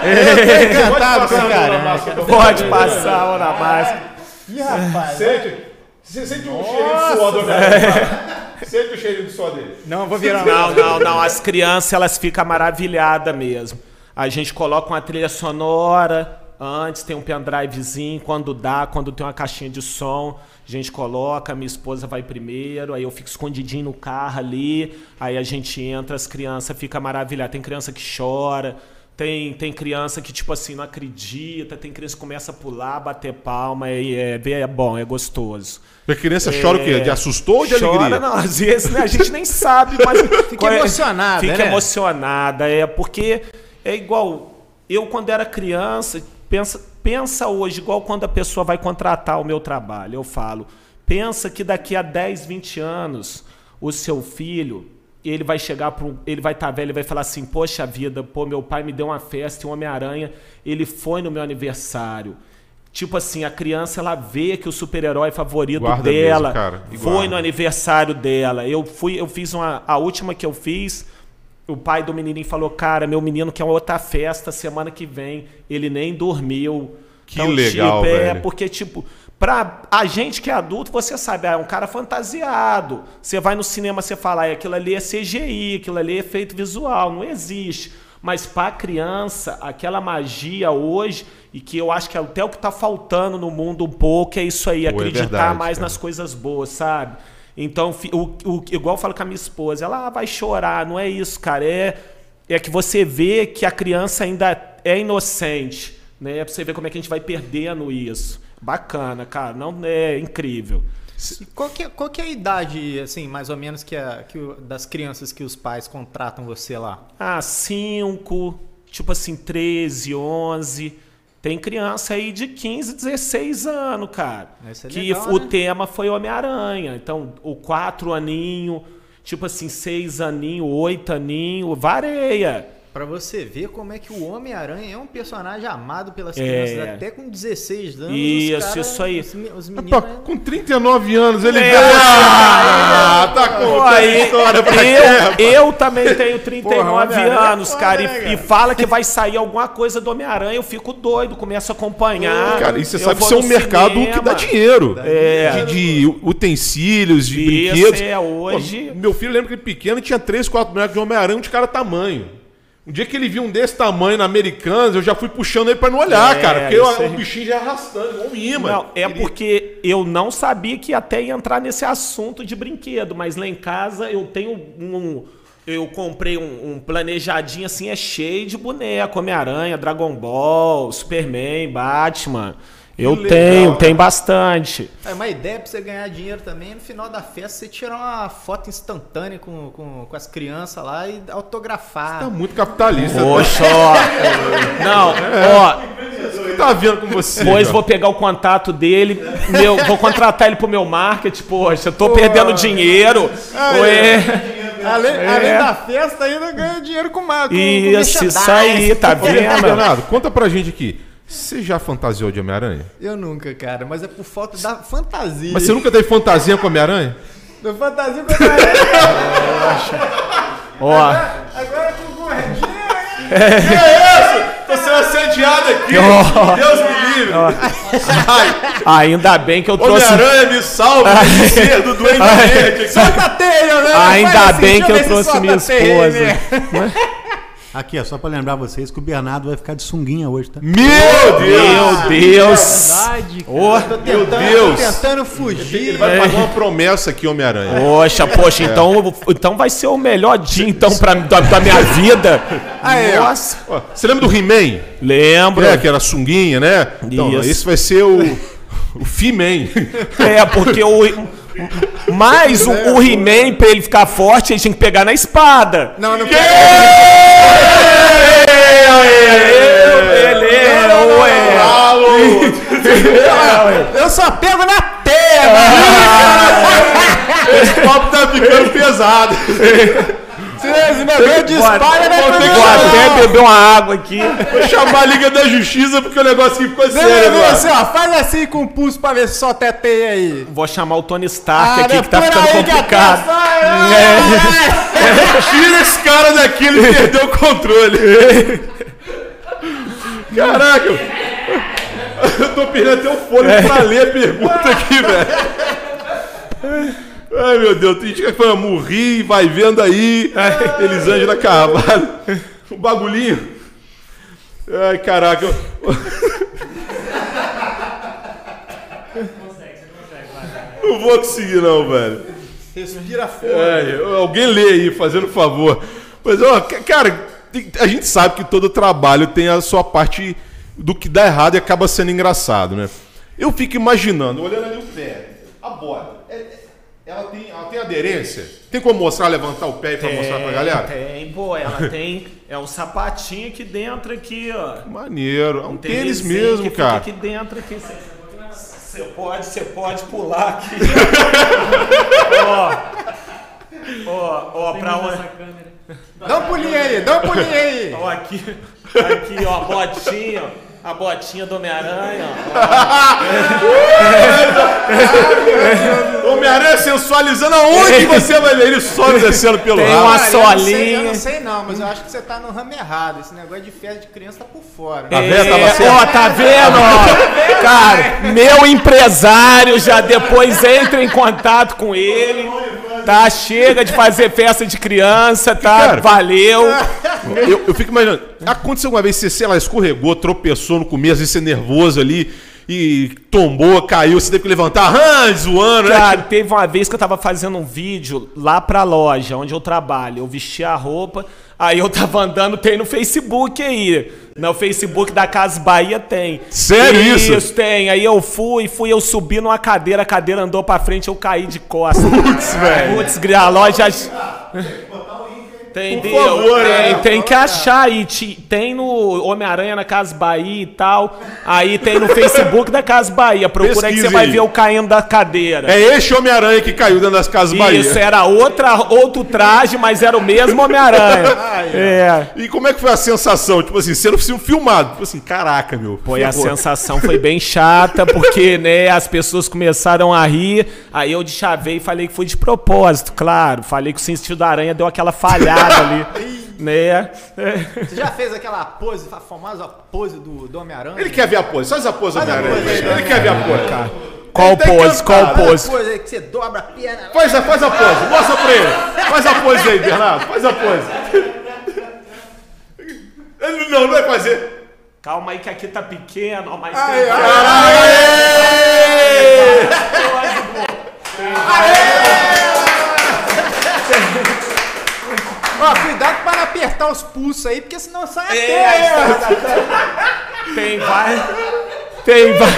Encantado com o Homem-Aranha. Pode passar a mão na máscara. Ih, rapaz. Sente, você sente um cheirinho de suor do Homem-Aranha. Sente o cheirinho de suor dele. Não, vou virar. Não, não, não. As crianças, elas ficam maravilhadas mesmo. A gente coloca uma trilha sonora. Antes tem um pendrivezinho, quando dá, quando tem uma caixinha de som, a gente coloca, minha esposa vai primeiro, aí eu fico escondidinho no carro ali, aí a gente entra, as crianças ficam maravilhadas. Tem criança que chora, tem, tem criança que, tipo assim, não acredita, tem criança que começa a pular, bater palma, é, é, é bom, é gostoso. A criança chora o quê? De assustou ou de Chora, alegria? não, às vezes né, a gente nem sabe, mas... Fica emocionada, Fica né? emocionada, é, porque é igual, eu quando era criança... Pensa, pensa hoje, igual quando a pessoa vai contratar o meu trabalho, eu falo, pensa que daqui a dez, vinte anos, o seu filho, ele vai chegar, pro, ele vai estar velho, ele vai falar assim, poxa vida, pô, meu pai me deu uma festa e um Homem-Aranha, ele foi no meu aniversário. Tipo assim, a criança, ela vê que o super-herói favorito Guarda dela mesmo, cara, e foi guarda. no aniversário dela. Eu fui, eu fiz uma, a última que eu fiz... O pai do menininho falou, cara, meu menino quer outra festa semana que vem. Ele nem dormiu. Que legal, tipo, é, velho. porque, tipo, pra a gente que é adulto, você sabe, é um cara fantasiado. Você vai no cinema, você fala, ah, aquilo ali é C G I, aquilo ali é efeito visual, não existe. Mas pra criança, aquela magia hoje, e que eu acho que é até o que tá faltando no mundo um pouco, é isso aí, Pô, é acreditar verdade, mais cara. nas coisas boas, sabe? Então, o, o, igual eu falo com a minha esposa, ela ah, vai chorar, não é isso, cara. É, é que você vê que a criança ainda é inocente, né? Pra você ver como é que a gente vai perdendo isso. Bacana, cara, não é incrível. E qual que, é, qual que é a idade, assim, mais ou menos, que, é, que o- das crianças que os pais contratam você lá? Ah, cinco, tipo assim, treze, onze. Tem criança aí de quinze, dezesseis anos, cara. Isso é que legal, o né? tema foi Homem-Aranha. Então, o quatro aninho, tipo assim, seis aninho, oito aninho, vareia. Pra você ver como é que o Homem-Aranha é um personagem amado pelas É. crianças, até com dezesseis anos. Isso, os cara, isso aí. Os, mi- os meninos... Rapaz, com trinta e nove anos ele É. veio assim. Ah, tá Pô, contando aí, história pra quê, eu, rapaz? eu também tenho trinta e nove Porra, anos, Homem-Aranha é cara, foda, e, né, e fala que vai sair alguma coisa do Homem-Aranha, eu fico doido, começo a acompanhar. Cara, e você eu sabe que vou isso é um no mercado cinema. que dá dinheiro. É. De, de utensílios, de Isso, brinquedos. é, hoje- Pô, meu filho lembra que ele pequeno tinha três, quatro bonecos de Homem-Aranha de cada tamanho. Um dia que ele viu um desse tamanho na Americanas, eu já fui puxando ele pra não olhar, É, cara. Porque isso o, aí. o bichinho já arrastando, igual um imã. Não, é Queria- porque eu não sabia que até ia entrar nesse assunto de brinquedo, mas lá em casa eu tenho um. Eu comprei um, um planejadinho assim, é cheio de boneco, Homem-Aranha, Dragon Ball, Superman, Batman. Eu legal, tenho, cara. tem bastante. É uma ideia pra você ganhar dinheiro também. No final da festa, você tirar uma foto instantânea com, com, com as crianças lá e autografar. Tá muito capitalista. Poxa, ó. Não, ó. O que tá vendo com você? Depois ó? vou pegar o contato dele, meu, vou contratar ele pro meu marketing, poxa, eu tô perdendo dinheiro. Ué. Além, É. além da festa, ainda ganha dinheiro com uma com, Isso, com isso aí, tá vendo? Bernardo, conta pra gente aqui. Você já fantasiou de Homem-Aranha? Eu nunca, cara, mas é por falta da fantasia. Mas você nunca teve fantasia com Homem-Aranha? Eu fantasia com a Ó, Agora com gordinha. Que é isso? Tô sendo assediado aqui. Ó. Deus me livre. ainda bem que eu trouxe. Homem-Aranha, me salva desse ser do Duende Verde. Solta a teia, né? Ainda Faz assim, bem deixa que ver eu se trouxe solta minha a teia, esposa. né? Aqui, ó, só pra lembrar vocês que o Bernardo vai ficar de sunguinha hoje, tá? Meu Deus. Meu Deus! Verdade, cara. Ô, Tô Meu tentando, Deus. tô tentando Ele fugir. vai pagar uma promessa aqui, Homem-Aranha. Poxa, poxa, então, então vai ser o melhor dia então pra, da, da minha vida. Aí, ó. Nossa, Ó, você lembra do He-Man? lembro. É, que era sunguinha, né? Então, Isso. esse vai ser o, o He-Man. É, porque o. Mais o, o He-Man, pra ele ficar forte, ele tinha que pegar na espada. Não, não Ele é, Eu só pego na teia, Esse papo tá ficando pesado. Esse negócio de espada, né? vou ter que Vou até beber uma água aqui. Vou chamar a Liga da Justiça porque o negócio aqui ficou sério Vem, agora. assim, ó, faz assim com o pulso pra ver se solta a teia aí. Vou chamar o Tony Stark Ah, aqui, né, que tá por ficando aí que a complicado. teia sai, Tira esse cara daqui, ele perdeu o controle. Caraca, eu, eu tô perdendo até o fôlego pra ler a pergunta aqui, velho. Ai, meu Deus, tem gente que foi morrer, vai vendo aí, Elisângela Carvalho, o bagulhinho. Ai, caraca. Eu... Não vou conseguir não, velho. Respira fogo. É, alguém lê aí, fazendo favor. Mas, ó, ca- cara, tem- a gente sabe que todo trabalho tem a sua parte do que dá errado e acaba sendo engraçado, né? Eu fico imaginando, olhando ali o pé, a bota, é- é- ela, tem, ela tem aderência? Tem como mostrar, levantar o pé pra mostrar pra galera? Tem, pô, ela tem. É um sapatinho aqui dentro, aqui, ó. Maneiro, é um Tem tênis resenha mesmo, que fica cara. aqui dentro, aqui. Você pode, você pode pular aqui. Ó. Ó, ó, pra onde? Dá um pulinho aí, dá um pulinho aí. Ó, aqui, aqui, ó, a botinha, ó. A botinha do Homem-Aranha, ó. Homem-Aranha sensualizando aonde você vai ver ele sobe descendo pelo Tem rabo. uma Olha, eu não sei- solinha. Eu não sei não, mas eu acho que você tá no ramo errado. Esse negócio de festa de criança tá por fora. Tá vendo? Tava É, certo. ó, tá vendo? Ó? Cara, meu empresário já depois entra em contato com ele. Tá, chega de fazer festa de criança, tá? Cara, Valeu. Eu, eu fico imaginando, aconteceu uma vez, você, sei lá, escorregou, tropeçou no começo, você nervoso ali, e tombou, caiu, você teve que levantar, ah, zoando, né? Cara, teve uma vez que eu tava fazendo um vídeo lá pra loja onde eu trabalho. Eu vesti a roupa, aí eu tava andando, tem no Facebook aí. No Facebook da Casa Bahia tem. Sério isso? Isso, tem. Aí eu fui, fui, eu subi numa cadeira, a cadeira andou pra frente, eu caí de costas. Putz, velho. Putz, a loja... Tem, Por deu, favor, tem, né? tem que achar aí. Ti- Tem no Homem-Aranha na Casa Bahia e tal. Aí tem no Facebook da Casa Bahia. Procura aí que Pesquise você vai aí. ver eu caindo da cadeira. É esse Homem-Aranha que caiu dentro das Casas Bahia. Isso, era outra, outro traje, mas era o mesmo Homem-Aranha. É. E como é que foi a sensação? Tipo assim, sendo filmado. Tipo assim, caraca, meu. Pô, e a ferrou. sensação foi bem chata, porque, né, as pessoas começaram a rir, aí eu deschavei e falei que foi de propósito, claro. Falei que o sentido da aranha deu aquela falhada ali, né? Você já fez aquela pose, a famosa pose do, do Homem-Aranha? Ele quer ver a pose. Faz a pose, Faz a Homem-Aranha. pose aí, Ele quer ver a pose. Cara. Qual Ele tá pose, encantado. qual Faz a pose? pose aí que você dobra a perna. Faz a, faz a pose. Mostra pra ele. Faz a pose aí, Bernardo. Faz a pose. Ele não, não vai fazer. Calma aí que aqui tá pequeno, ó, mas Aí, tem... ó. Ó, cuidado para não apertar os pulsos aí, porque senão sai a teia. É, tem, vai... Tem, vai...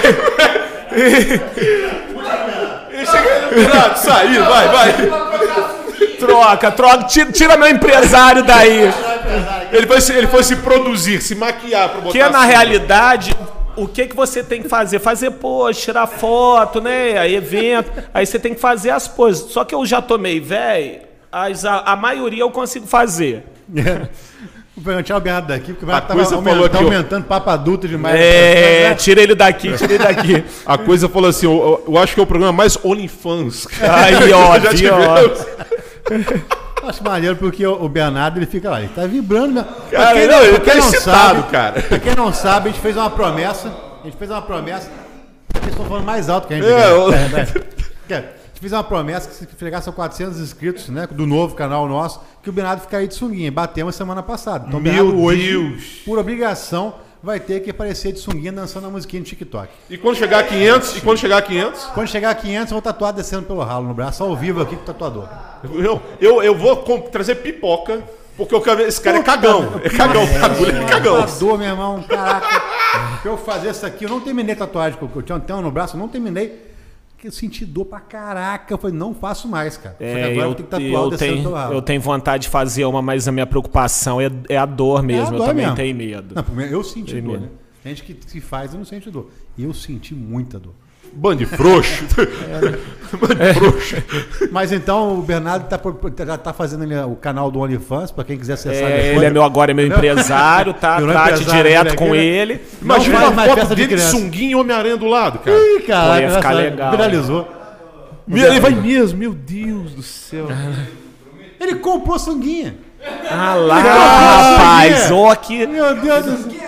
Ele chega. Bernardo, sair, vai, vai. Troca, troca, tira, tira meu empresário daí. Ele foi, se, ele foi se produzir, se maquiar pra botar. Porque na assim. realidade, o que que você tem que fazer? Fazer pose, tirar foto, né? Aí evento, aí você tem que fazer as poses. Só que eu já tomei velho, As, a, a maioria eu consigo fazer. Vou tirar o Bernardo daqui, porque o A Bernardo coisa tava falou aumentando, tá aqui, ó. aumentando papo adulto demais. É, tira ele daqui, tira ele daqui. A coisa falou assim, eu, eu acho que é o programa mais OnlyFans. Aí, ó, Já viu, ó. tivemos. Acho maneiro porque o o Bernardo ele fica lá, ele tá vibrando. Né? Pra Cara, quem não, ele pra tá quem não excitado, sabe, cara. Pra quem não sabe, a gente fez uma promessa. A gente fez uma promessa. Eles estão falando mais alto que a gente. É, quer. eu- É, é. A gente fez uma promessa que se chegasse a quatrocentos inscritos, né, do novo canal nosso, que o Bernardo ficaria de sunguinha. Batemos semana passada. Então, o Meu Bernardo hoje, Deus. por obrigação, vai ter que aparecer de sunguinha dançando a musiquinha no TikTok. E quando chegar a quinhentos? E quando chegar a quinhentos? Quando chegar a quinhentos, eu vou tatuar descendo pelo ralo no braço, ao vivo aqui com o tatuador. Eu, eu, eu vou com- trazer pipoca, porque eu quero ver. Esse cara é cagão. É cagão. O bagulho é cagão. Tatuador, meu irmão, caraca. Pra eu fazer isso aqui, eu não terminei a tatuagem que eu tinha um no braço, eu não terminei. Porque eu senti dor pra caraca. Eu falei, não faço mais, cara. Só que É, agora eu eu, vou ter que tatuar o eu, descendo tenho, pelo ralo. eu tenho vontade de fazer uma, mas a minha preocupação é, é a dor mesmo. É a eu dor também mesmo. tenho medo. Não, primeiro, eu senti Tem dor, medo. né? Tem gente que se faz e não sente dor. Eu senti muita dor. Bando de frouxo. Bando de frouxo. Mas então o Bernardo tá, por- já tá fazendo ali o canal do OnlyFans, pra quem quiser acessar É, depois. ele é meu, agora é meu empresário, tá? Meu Trate empresário direto dele com aqui, né? ele. Não Imagina faz uma mais foto festa de dele de criança. sunguinha e Homem-Aranha do lado, cara. Ih, cara, Pô, ia ficar essa- legal. viralizou. Ele vai mesmo, meu Deus do céu. Ele comprou sunguinha. Ah lá, Ah, rapaz, é. ó aqui. Meu Deus do céu.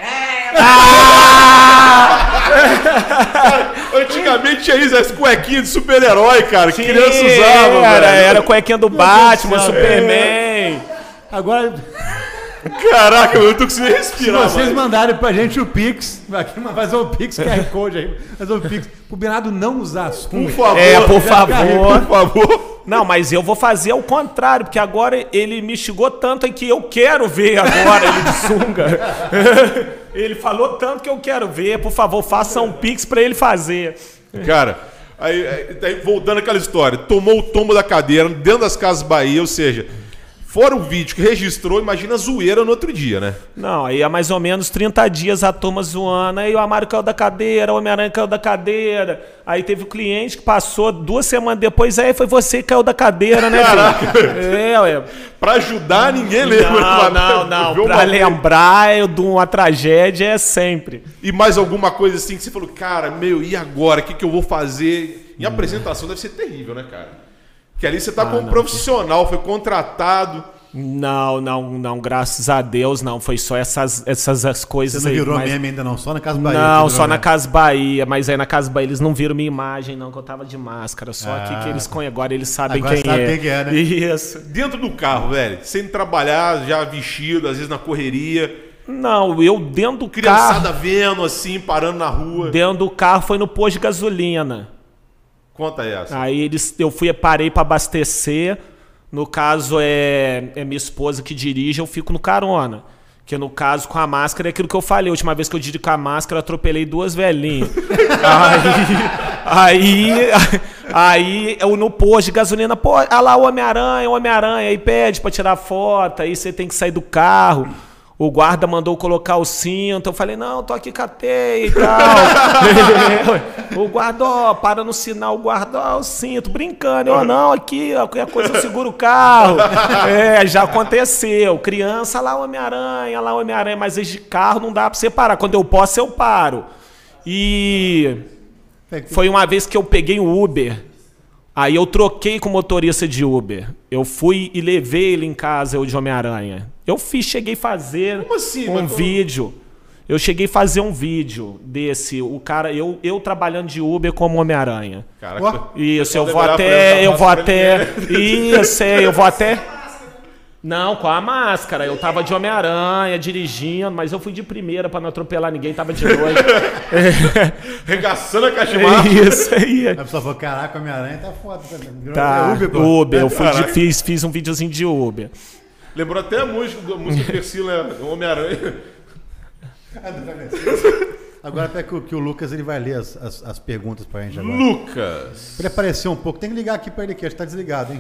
Antigamente tinha isso, as cuequinhas de super-herói, cara, que criança Sim, usava, era, velho. era cuequinha do Deus Batman, do céu, Superman. Agora, Caraca, eu tô conseguindo se respirar, vocês mano. mandarem pra gente o Pix, aqui fazer o Pix, Q R Code aí, fazer o Pix, pro Bernardo não usar sunga. Por favor. É, por Já fica rico, favor. Por favor. Não, mas eu vou fazer o contrário, porque agora ele me xingou tanto em que eu quero ver agora ele de sunga. Ele falou tanto que eu quero ver. Por favor, faça um pix pra ele fazer. Cara, aí, aí, aí, voltando àquela história, tomou o tombo da cadeira dentro das Casas Bahia, ou seja, fora o vídeo que registrou, imagina a zoeira no outro dia, né? Não, aí há mais ou menos trinta dias a turma zoando. Aí o Amário caiu da cadeira, o Homem-Aranha caiu da cadeira. Aí teve o cliente que passou duas semanas depois, aí foi você que caiu da cadeira, né, filho? É, ué. Pra ajudar, ninguém lembra. Não, não, não. Viu Pra uma- lembrar eu de uma tragédia é sempre. E mais alguma coisa assim que você falou, cara, meu, e agora? O que, que eu vou fazer? E a apresentação deve ser terrível, né, cara? Que ali você tá como um profissional, foi contratado. Não, não, não, graças a Deus, não. Foi só essas, essas as coisas Você não aí. virou mas- meme ainda não, só na Casa Bahia. Não, que só virou na meme. Casa Bahia, mas aí na Casa Bahia eles não viram minha imagem, não, que eu tava de máscara. Só aqui Ah. que eles conhecem, agora eles sabem Agora quem sabe é. quem que é, né? Isso. Dentro do carro, velho, sem trabalhar, já vestido, às vezes na correria. Não, eu dentro do Criançada carro, vendo, assim, parando na rua. dentro do carro foi no posto de gasolina. Conta essa. Aí eles, eu fui, parei para abastecer. No caso, é, é minha esposa que dirige, eu fico no carona. Que no caso, com a máscara, é aquilo que eu falei. A última vez que eu dirigi com a máscara, eu atropelei duas velhinhas. aí, aí, aí, eu no posto de gasolina, pô, olha lá o Homem-Aranha, o Homem-Aranha. Aí pede para tirar foto, aí você tem que sair do carro. O guarda mandou colocar o cinto. Eu falei, não, tô aqui com a teia e tal. O guarda, ó, para no sinal, o guarda, ó, o cinto, brincando. Eu, não, aqui, ó, qualquer coisa eu seguro o carro. É, já aconteceu. Criança, lá o Homem-Aranha, lá o Homem-Aranha. Mas esse de carro não dá pra você parar. Quando eu posso, eu paro. E foi uma vez que eu peguei um Uber. Aí eu troquei com o motorista de Uber. Eu fui e levei ele em casa, eu de Homem-Aranha. Eu fiz, cheguei a fazer Como assim, um mano? vídeo. Eu cheguei a fazer um vídeo desse, o cara, eu, eu trabalhando de Uber como Homem-Aranha. Caraca. Isso, eu Pode vou levar pra até, ele, eu tá vou fácil pra até, isso, é, eu vou até... Não, com a máscara. Eu tava de Homem-Aranha, dirigindo, mas eu fui de primeira pra não atropelar ninguém, tava de noite. Regaçando a caixa de massa. Isso aí. A pessoa falou, caraca, Homem-Aranha tá foda. Virou- Tá, é Uber, pô. Uber, eu fui de- Caraca. fiz, fiz um videozinho de Uber. Lembrou até a música, a música Persila, o Homem-Aranha. Agora até que, o- que o Lucas ele vai ler as, as, as perguntas pra gente agora. Lucas. Pra ele aparecer um pouco, tem que ligar aqui pra ele aqui, acho que tá desligado, hein?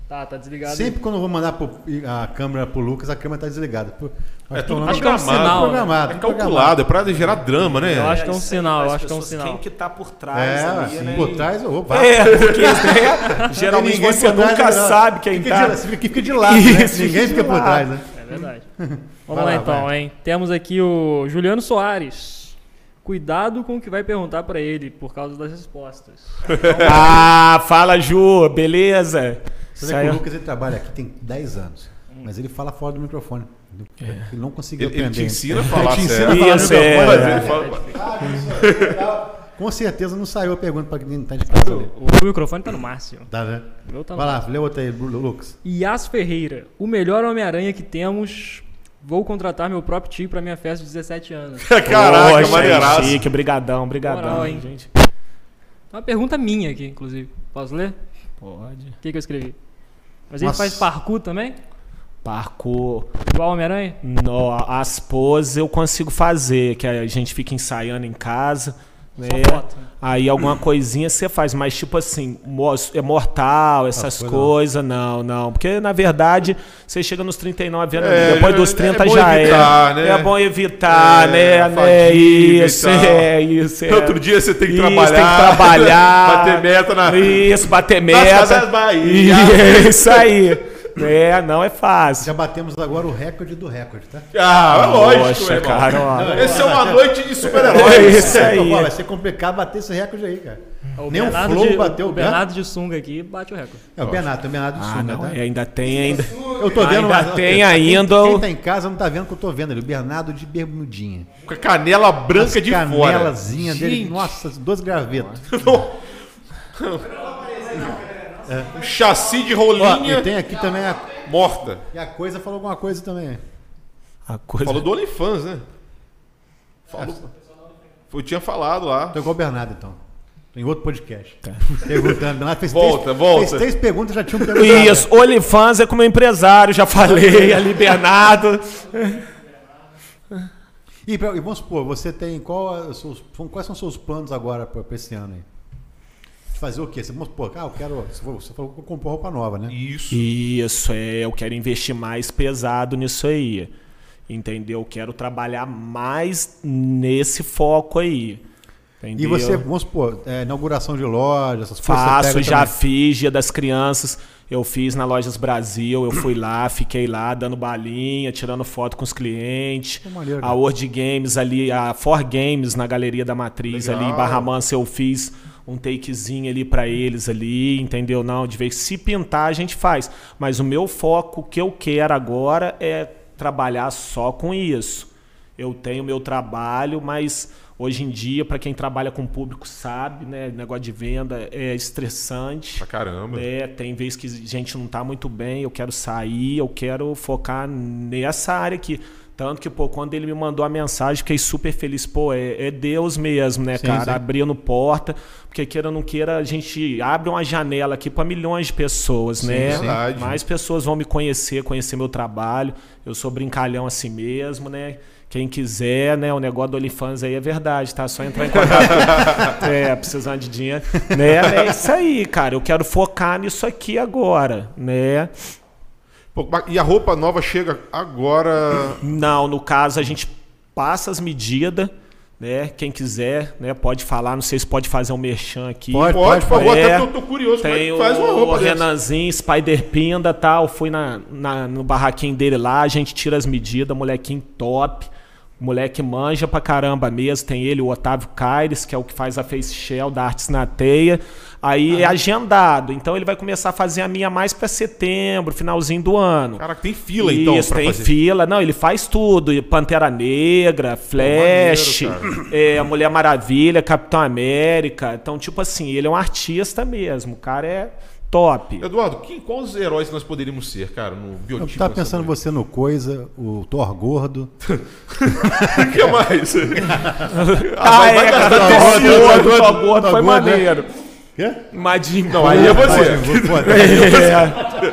Tá, tá desligado. Sempre quando eu vou mandar pro- a câmera pro Lucas, a câmera tá desligada. Pô, É tô tudo falando- acho que é um programado, sinal, programado, É calculado, é pra gerar drama, né? Eu acho que é um isso aí, sinal, eu as acho que é um pessoas, sinal. Quem que tá por trás É, ali, assim, né? por trás, eu vou, vai. É, porque né, geralmente Ninguém você por trás, nunca né? sabe quem Fica tá. de, fica, fica de lado, né? Isso, Ninguém fica fica de por lado. trás, né? É verdade. Vai Vamos lá, lá então, vai. hein? Temos aqui o Juliano Soares. Cuidado com o que vai perguntar pra ele, por causa das respostas. Ah, fala, Ju, beleza? Você vê que o Lucas ele trabalha aqui tem dez anos, mas ele fala fora do microfone. Ele não conseguiu Ele, ele aprender. te ensina a falar Ele te ensina sério. a falar Isso, no é. microfone, Mas né? ele fala- Com certeza não saiu a pergunta para quem tá de casa ali. O microfone tá no máximo. Tá, né? O meu tá no Vai lá, máximo. lê outra aí, Lu- Lucas. Yas Ferreira. O melhor Homem-Aranha que temos. Vou contratar meu próprio tio pra minha festa de dezessete anos. Caraca, Poxa, maneiraço. chique, brigadão, brigadão, Moral, hein? gente. Uma pergunta minha aqui, inclusive. Posso ler? Pode. O que, que eu escrevi? Mas ele Nossa. faz parkour também? Parkour. Igual Homem-Aranha? No, as poses eu consigo fazer, que a gente fica ensaiando em casa. Né? Só foto. Aí alguma coisinha você faz, mas tipo assim, mo- é mortal, essas coisas coisas, não, não. Porque na verdade, você chega nos trinta e nove anos, É, depois é- dos é trinta bom já evitar, é. né? É bom evitar, É, né? a né? fadiga e Isso, tal. é, isso. É. Outro dia você tem que Isso, trabalhar. tem que trabalhar. Bater meta na. Isso, bater Nas meta. Casas Bahia. Isso aí. É, não é fácil. Já batemos agora o recorde do recorde, tá? Ah, é lógico, Poxa, meu irmão. cara, ó. Esse é uma noite de É super-heróis. isso aí. Pô, vai ser complicado bater esse recorde aí, cara. O Nem o Bernardo Flow de, bateu o o Bernardo de sunga aqui bate o recorde. É o Bernardo, tem o Bernardo de Ah, Sunga, não, tá? é, ainda tem ainda. Eu tô vendo Ainda mas- tem quem- ainda Quem, o- tá em casa não tá vendo o que eu tô vendo ali. O Bernardo de bermudinha. Com a canela branca As de fora. canelazinha dele. Gente. Nossa, dois gravetos. Um chassi de Ó, rolinha e tem aqui também a, morta. e a coisa falou alguma coisa também. A coisa... Falou do OnlyFans, né? Falou. Eu tinha falado lá. Tô igual o Bernardo, então. Tô em outro podcast. Tá. Perguntando. Bernardo fez Volta, três, volta. Fez três perguntas já tinham perguntado. Isso, OnlyFans é como empresário, já falei ali, Bernardo. E, pra- e vamos supor, você tem. Qual a- os seus- quais são os seus planos agora pra, pra esse ano aí? De fazer o quê? Você, vamos supor, ah, eu quero. Você falou, você falou que eu comprar roupa nova, né? Isso. Isso, é, eu quero investir mais pesado nisso aí. Entendeu? Eu quero trabalhar mais nesse foco aí. Entendeu? E você, vamos supor, é, inauguração de loja, essas coisas. você Faço, pega já também. fiz, Dia das Crianças. Eu fiz na Lojas Brasil, eu fui lá, fiquei lá dando balinha, tirando foto com os clientes. Que maneiro, A cara. World Games ali, a For Games na Galeria da Matriz Legal. ali em Barra Mansa eu fiz um takezinho ali pra eles ali, entendeu? Não, de vez se pintar a gente faz. Mas o meu foco, o que eu quero agora é trabalhar só com isso. Eu tenho meu trabalho, mas hoje em dia, para quem trabalha com público sabe, né, negócio de venda é estressante. Pra caramba. É, tem vezes que a gente não tá muito bem, eu quero sair, eu quero focar nessa área aqui. Tanto que, pô, quando ele me mandou a mensagem, fiquei super feliz. Pô, é, é Deus mesmo, né, Sim, cara? sim. Abrindo porta, porque queira ou não queira, a gente abre uma janela aqui para milhões de pessoas, né? sim. Verdade. Mais pessoas vão me conhecer, conhecer meu trabalho. Eu sou brincalhão assim mesmo, né? Quem quiser, né? O negócio do OnlyFans aí é verdade, tá? Só entrar em contato. É, precisando de dinheiro. Né? É isso aí, cara. Eu quero focar nisso aqui agora, né? Pô, e a roupa nova chega agora. Não, no caso a gente passa as medidas, né? Quem quiser, né? Pode falar. Não sei se pode fazer um merchan aqui. Pode, Pode, por favor, É. até porque eu tô curioso como é Tem que o, faz uma roupa o dessa. Renanzinho, Spider Pinda e tal. Fui na, na- no barraquinho dele lá, a gente tira as medidas, molequinho top. Moleque manja pra caramba mesmo. Tem ele, o Otávio Caires, que é o que faz a Face Shell da Artes na Teia. Aí é agendado. Então ele vai começar a fazer a minha mais pra setembro, finalzinho do ano. Caraca, tem fila então Isso, pra tem fazer. fila. Não, ele faz tudo. E Pantera Negra, Flash, maneiro, é, a Mulher Maravilha, Capitão América. Então, tipo assim, ele é um artista mesmo. O cara é top. Eduardo, quem, quais os heróis que nós poderíamos ser, cara, no Eu biotipo? tava dessa pensando mulher? você no Coisa, o Thor gordo. O que mais? Ah, vai- vai é, gastar cara, tecido, Thor vai- gordo, Thor gordo Thor foi gordo, né? maneiro. Quê? Majin Não, aí é você. Pô,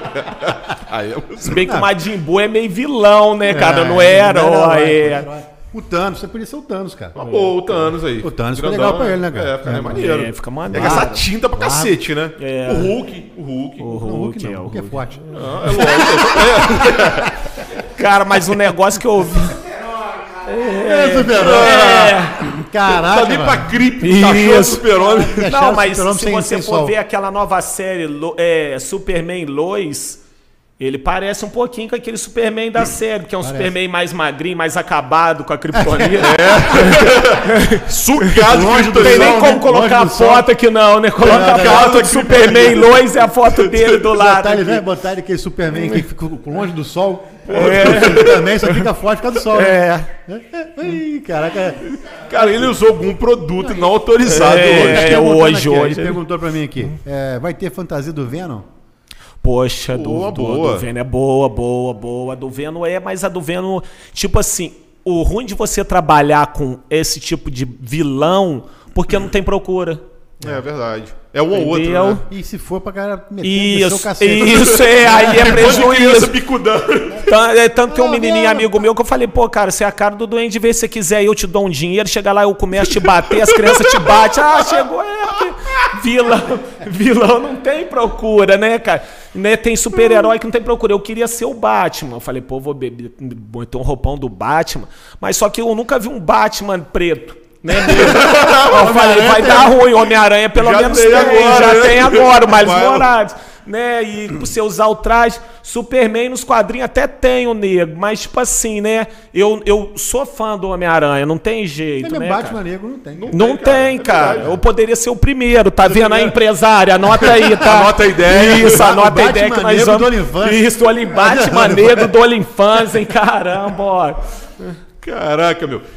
Aí é você. Se bem que o Majin Buu é meio vilão, né, cara? Não é herói. é. O Thanos, você podia ser o Thanos, cara. Uma boa, o Thanos aí. O Thanos ficou Grandão, legal pra ele, né, cara? É, fica é, maneiro. É, fica É maneiro. gastar tinta pra cacete, né? É. O Hulk, o Hulk. O Não, o Hulk, Hulk é, não, o o Hulk é Hulk. forte. Ah, é lógico. Cara, mas o negócio que eu ouvi... É, super-herói. É. Caraca, Tá nem pra mano. gripe, cachorro Isso. super-homem. Não, mas Super-Homem se sem- você sem for sol. ver aquela nova série Lo- é, Superman Lois, ele parece um pouquinho com aquele Superman da série, que é um Parece. Superman mais magrinho, mais acabado com a criptonita. Sugado de Longe do Não tem nem sol, como né? colocar a Longe do sol. foto aqui não, né? Coloca Não, a não, foto não. do Superman Lois e a foto dele do lado. Botar ele, né? aqui. Botar ele aquele Superman que fica longe do sol. É. Também só fica forte por causa do sol. né? É, Ih, caraca. Cara, ele usou algum produto não autorizado É. hoje. Tá É, perguntando hoje, aqui, ó, hoje. Ele perguntou pra mim aqui. é, vai ter fantasia do Venom? poxa, do, Boa, do, boa. do Venom é boa, boa, boa. A do Venom é, mas a do Venom, tipo assim, o ruim de você trabalhar com esse tipo de vilão, porque não tem procura. É verdade. É um ou outro, Entendeu? né? E se for pra cara meter descer o Isso, cacete? isso é, aí é Depois de criança prejuízo. bicudando. Tan- é, Tanto que um Ah, menininho velho. amigo meu que eu falei, pô, cara, você é a cara do doente, vê se você quiser, eu te dou um dinheiro, chega lá, eu começo a te bater, as crianças te batem, ah, chegou, é, porque vilão, vilão não tem procura, né, cara? Né, tem super-herói que não tem procura, eu queria ser o Batman, eu falei, pô, vou beber, botar um roupão do Batman, mas só que eu nunca vi um Batman preto. Né, mesmo? Eu falei, vai dar ruim, Homem-Aranha pelo Já menos tem tem, agora, já né? tem agora, o Miles Vai. Morales, né, e pra você usar o traje, Superman nos quadrinhos até tem o negro, mas tipo assim, né, eu, eu sou fã do Homem-Aranha, não tem jeito, Tem né, Batman cara? negro, não tem. Não Não tem, tem, cara, é cara. verdade. Eu poderia ser o primeiro, tá vendo a empresária? Anota aí, tá? Anota a ideia. Isso, O anota a Batman ideia que nós negro vamos... do Olimpans. Isso, do Oli- Batman negro do Olimpans, hein? Caramba, ó. Caraca, meu.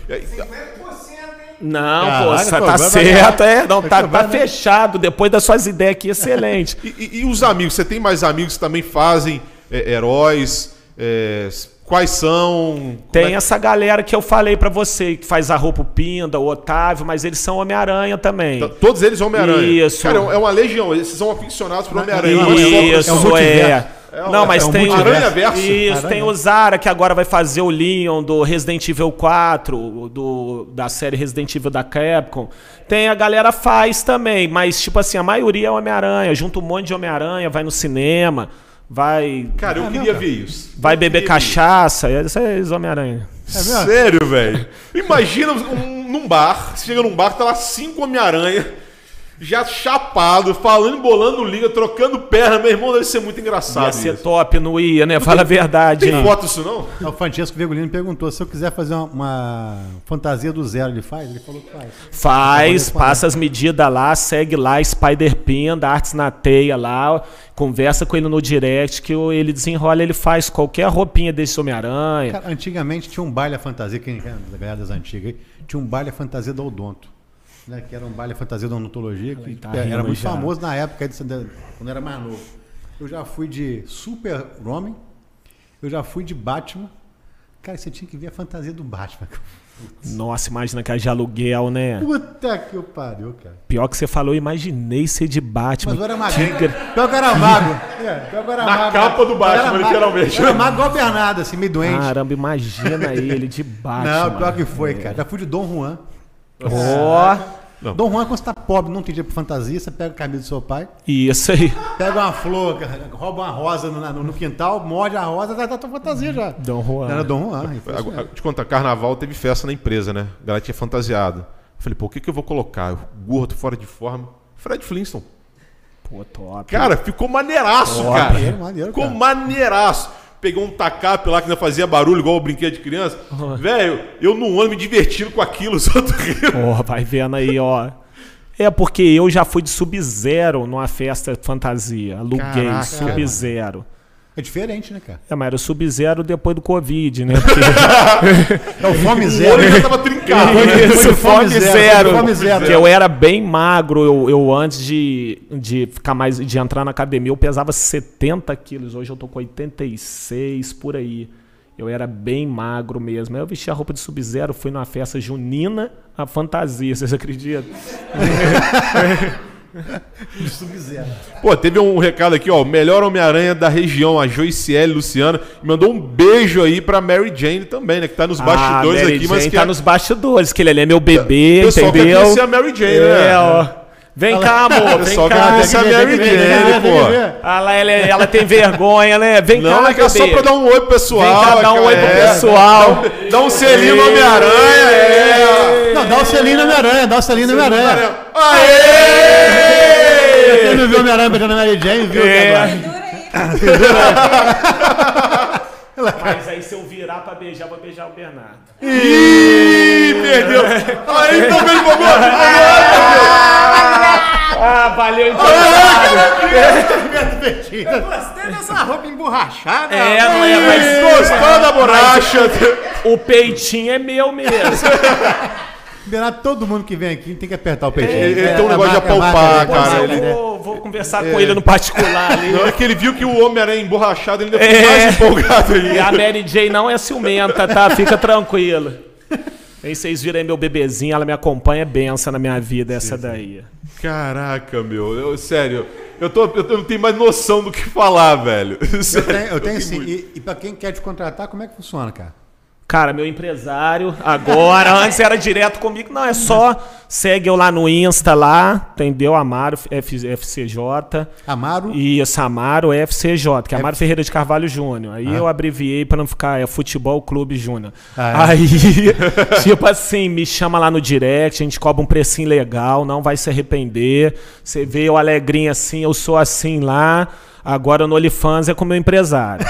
Não, Caraca, pô, pô, tá vai certo, pagar. é. Não, Vai tá, cobrar, tá né? fechado. Depois das suas ideias aqui, excelente. E, e- e os amigos? Você tem mais amigos que também fazem é, heróis? É, quais são? Tem Como é- essa galera que eu falei pra você, que faz a roupa o Pinda, o Otávio, mas eles são Homem-Aranha também. Tá- Todos eles Homem-Aranha. Isso. Cara, é uma legião. Eles são aficionados por Homem-Aranha. Não, Não é só por- Isso, é um é. multiverso. É um- Não, mas é um tem o multiverso. Aranha-verso. Isso, Aranha. tem o Zara, que agora vai fazer o Leon do Resident Evil quatro, do, da série Resident Evil da Capcom. Tem a galera faz também, mas tipo assim, a maioria é Homem-Aranha. Junta um monte de Homem-Aranha, vai no cinema, vai, Cara, eu Ah, queria não, ver isso. vai Eu beber queria ver isso. cachaça. Isso é os Homem-Aranha. É mesmo? Sério, velho. Imagina um, num bar, você chega num bar, tá lá cinco Homem-Aranha, já chapado, falando, bolando liga, trocando perna. Meu irmão, deve ser muito engraçado Ia ser isso. top, não ia, né? Fala a verdade. Tem hein? foto disso, não? O Francesco Virgulino perguntou se eu quiser fazer uma, uma fantasia do zero, ele faz? Ele falou que faz. Faz, Acabou de passa as medidas lá, segue lá, Spider-Pen, da Artes na Teia lá, conversa com ele no direct, que o- ele desenrola, ele faz qualquer roupinha desse Homem-Aranha. Cara, antigamente tinha um baile a fantasia, quem é da galera das antigas, aí, tinha um baile a fantasia do Odonto. Né, que era um baile a fantasia da odontologia, que tá era rindo muito já. famoso na época, de- de- quando era mais novo. Eu já fui de Super-Homem, eu já fui de Batman. Cara, você tinha que ver a fantasia do Batman. Nossa, imagina que é de aluguel, né? Puta que eu pariu, cara. Pior que você falou, eu imaginei ser de Batman. Mas eu era magrinho. Pior que eu era mago. É, pior que eu era Na mago. capa do Eu Batman, era mago. literalmente. Eu era mago igual o Bernardo, assim, meio doente. Caramba, imagina ele de Batman. Não, pior que foi, cara. Já fui de Dom Juan. Ó, Não. Dom Juan, quando você tá pobre, não tem dinheiro pra fantasia, você pega a camisa do seu pai, isso aí. pega uma flor, rouba uma rosa no, no- no quintal, morde a rosa, tá, tá tua fantasia já. Dom Juan. Era Dom Juan. e foi isso Agora, mesmo. te contar, carnaval teve festa na empresa, né? A galera tinha fantasiado. Eu falei, pô, o que, que eu vou colocar? Eu, gordo, fora de forma. Fred Flintstone. Pô, top. Cara, ficou maneiraço, Ó, cara. maneiro, maneiro, ficou cara. maneiraço. Pegou um tacape lá que não fazia barulho, igual o brinquedo de criança. Velho, eu no ano me divertindo com aquilo, os outros rindo. Ó, vai vendo aí, ó. É porque eu já fui de Sub-Zero numa festa fantasia. Aluguei Caraca. Sub-Zero. É diferente, né, cara? É, mas era o Sub-Zero depois do Covid, né? Porque... É o fome O zero. olho já tava trincado. né? Foi Isso, de fome fome zero, zero. foi de fome zero. Porque eu era bem magro, eu, eu antes de, de ficar mais, de entrar na academia, eu pesava setenta quilos. Hoje eu tô com oitenta e seis, por aí. Eu era bem magro mesmo. Aí eu vesti a roupa de Sub-Zero, fui numa festa junina, a fantasia, vocês acreditam? De Sub-Zero. Pô, teve um recado aqui, ó. O melhor Homem-Aranha da região, a Joiciele Luciana. Mandou um beijo aí pra Mary Jane também, né? Que tá nos bastidores ah, Mary aqui, Jane mas que tá é... nos bastidores, que ele é meu bebê, O pessoal quer entendeu? conhecer a Mary Jane, é, né? ó. Vem Ela... cá, amor, O vem pessoal quer cá. conhecer a Mary Jane, pô. Ela, ela, ela tem vergonha, né? Vem Não, cá, é que é só bebê. pra dar um oi pro pessoal. Vem cá, dá um oi pro é. pessoal. Dá um, dá um selinho no Homem-Aranha, é. Não, dá o selinho na Homem-Aranha, dá o selinho na Homem-Aranha. Aê! Quem não viu Homem-Aranha beijando a Mary Jane, viu? É. Pendura aí. Mas aí se eu virar pra beijar, vou beijar o Bernardo. Ih, perdeu. Aí também empolgou. Ah, valeu, então. Gostei dessa roupa emborrachada. É, não é, mas Gostou da borracha? o peitinho é meu mesmo. Bernardo, todo mundo que vem aqui tem que apertar o peitinho. Ele- ele É, tem um é negócio de marca- é marca apalpar, dele, cara, é Mas marca eu dele. vou, vou conversar com ele no particular ali. Na hora que ele viu que o Homem-Aranha emborrachado, ele ainda ficou É. mais empolgado E aí. a Mary Jane não é ciumenta, tá? Fica tranquilo. Aí vocês viram aí meu bebezinho, ela me acompanha, é benção na minha vida, essa daí. Caraca, meu. Eu, sério, eu, tô, eu não tenho mais noção do que falar, velho. Eu Sério, tenho, eu tenho tenho sim. muito. E, e pra quem quer te contratar, como é que funciona, cara? Cara, meu empresário, agora, antes era direto comigo, não, é só segue eu lá no Insta lá, entendeu? Amaro F, F C J. Amaro? E Amaro F C J, que é Amaro F... Ferreira de Carvalho Júnior. Aí Ah. eu abreviei pra não ficar, é Futebol Clube Júnior. Ah, é? Aí, tipo assim, me chama lá no direct, a gente cobra um precinho legal, não vai se arrepender. Você vê eu alegrinho assim, eu sou assim lá, agora no OnlyFans é com o meu empresário.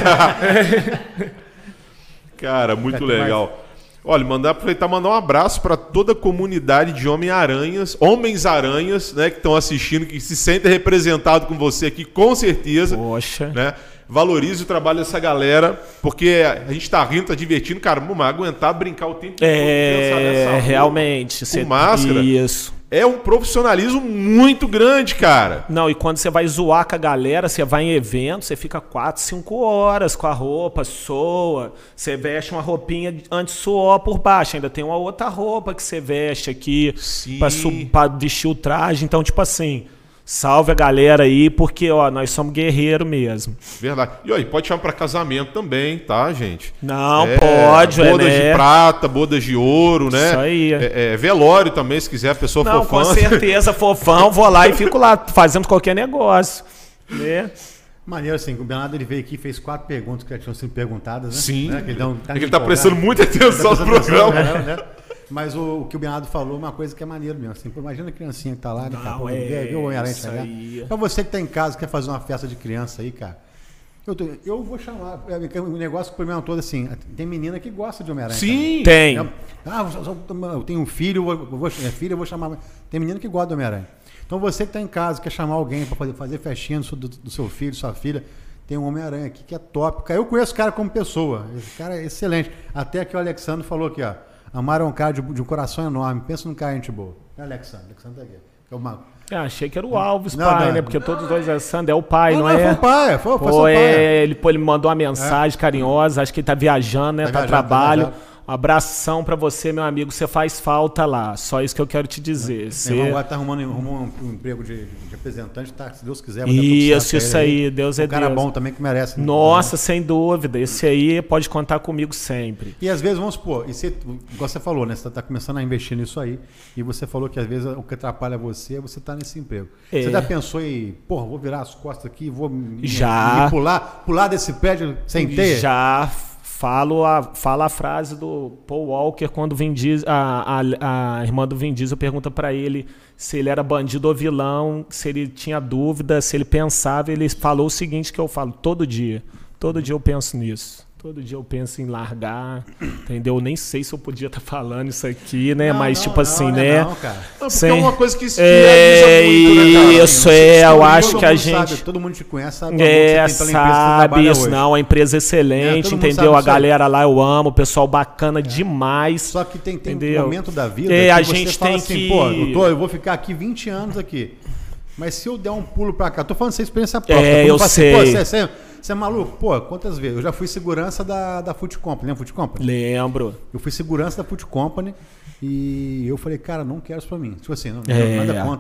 Cara, muito Quer que legal. Olha, mandar aproveitar e mandar um abraço para toda a comunidade de Homem-Aranhas, Homens-Aranhas, né, que estão assistindo, que se sentem representados com você aqui, com certeza. Poxa. Né? Valorize o trabalho dessa galera, porque a gente tá rindo, tá divertindo, cara, vamos aguentar brincar o tempo todo, pensar nessa É, roupa, realmente. com cê- máscara. Isso. É um profissionalismo muito grande, cara. Não, e quando você vai zoar com a galera, você vai em evento, você fica quatro, cinco horas com a roupa, soa. Você veste uma roupinha anti-suor por baixo, ainda tem uma outra roupa que você veste aqui Sim. pra, su- pra vestir o traje. Então, tipo assim, salve a galera aí, porque ó, nós somos guerreiros mesmo. Verdade. E aí, pode chamar para casamento também, tá, gente? Não, É, pode, é, bodas né? de prata, bodas de ouro, né? Isso aí. É, é, velório também, se quiser, a pessoa Não, for com fã. certeza, fofão, vou lá e fico lá fazendo qualquer negócio. Né? Maneiro assim, o Bernardo ele veio aqui e fez quatro perguntas que já tinham sido perguntadas, né? Sim. Né? Que ele, não, É que ele tá prestando muita atenção no programa. Né? Mas o, o que o Bernardo falou é uma coisa que é maneiro mesmo. Assim, pô, imagina a criancinha que tá lá, daqui a Não, pouco, é vê, vê o Homem-Aranha isso chegar. aí. Pra você que tá em casa, quer fazer uma festa de criança aí, cara, eu, tô- eu vou chamar. é, O negócio, o problema todo assim, tem menina que gosta de Homem-Aranha. Sim. Tem. também. Ah, eu, só- eu tenho um filho, eu vou, minha filha, eu vou chamar. Tem menina que gosta do Homem-Aranha. Então você que tá em casa, quer chamar alguém para fazer, fazer festinha do, seu- do- do seu filho, sua filha, tem um Homem-Aranha aqui que é top. Cara, eu conheço o cara como pessoa. Esse cara é excelente. Até que o Alexandre falou aqui, ó. Amaro é um cara de, de um coração enorme. Pensa num cara gente boa. É o Alexandre. Alexandre tá aqui. Que é o Mago. Ah, achei que era o Alves, Não, pai, não. né? Porque todos os dois é Sandro, é o pai, não, não, é? foi o pai. Foi, foi seu Pô, pai. é, ele, pô, ele me mandou uma mensagem carinhosa, acho que ele tá viajando, né? Tá Tá, a viajando, tá trabalho. viajando. Um abração pra você, meu amigo. Você faz falta lá. Só isso que eu quero te dizer. Meu Você... irmão agora tá arrumando, arrumou um, um emprego de, de representante, tá? Se Deus quiser, vai dar tudo Isso, certo isso pra ele aí. Deus é Um cara Deus. bom também que merece. né? Nossa, sem dúvida. Esse aí pode contar comigo sempre. E às vezes, vamos supor, e você, igual você falou, né? Você está começando a investir nisso aí, e você falou que às vezes o que atrapalha você é você estar nesse emprego. É. Você já pensou em, porra, vou virar as costas aqui, vou me, Já. me pular, pular desse prédio sem teia? Já falo a, falo a frase do Paul Walker quando Vin Diesel, a, a, a irmã do Vin Diesel pergunta pra ele se ele era bandido ou vilão, se ele tinha dúvida, se ele pensava. Ele falou o seguinte que eu falo todo dia. Todo dia eu penso nisso. Todo dia eu penso em largar, entendeu? Eu nem sei se eu podia estar falando isso aqui, né? Não, Mas, não, tipo não, assim, não, né? Não, cara. Não, porque Sem- é uma coisa que se É, realiza muito, né, cara? isso Você- é, eu todo acho mundo que a sabe, gente... todo mundo te conhece, sabe o É, amor que você tem pela empresa que você sabe trabalha isso, hoje. não, a empresa é É, excelente, todo mundo entendeu? sabe A disso aí. galera lá eu amo, o pessoal bacana demais. Só que tem, tem um Entendeu? momento da vida É, que a você gente fala tem assim, que- pô, eu, tô, eu vou ficar aqui vinte anos aqui. Mas se eu der um pulo pra cá, tô falando sem experiência própria. É, todo mundo eu fala assim, sei. pô, você, você, você é maluco? Pô, quantas vezes? Eu já fui segurança da, da Food Company, lembra Food Company? Lembro. Eu fui segurança da Food Company e eu falei, cara, não quero isso pra mim. Tipo assim, não, É. nada contra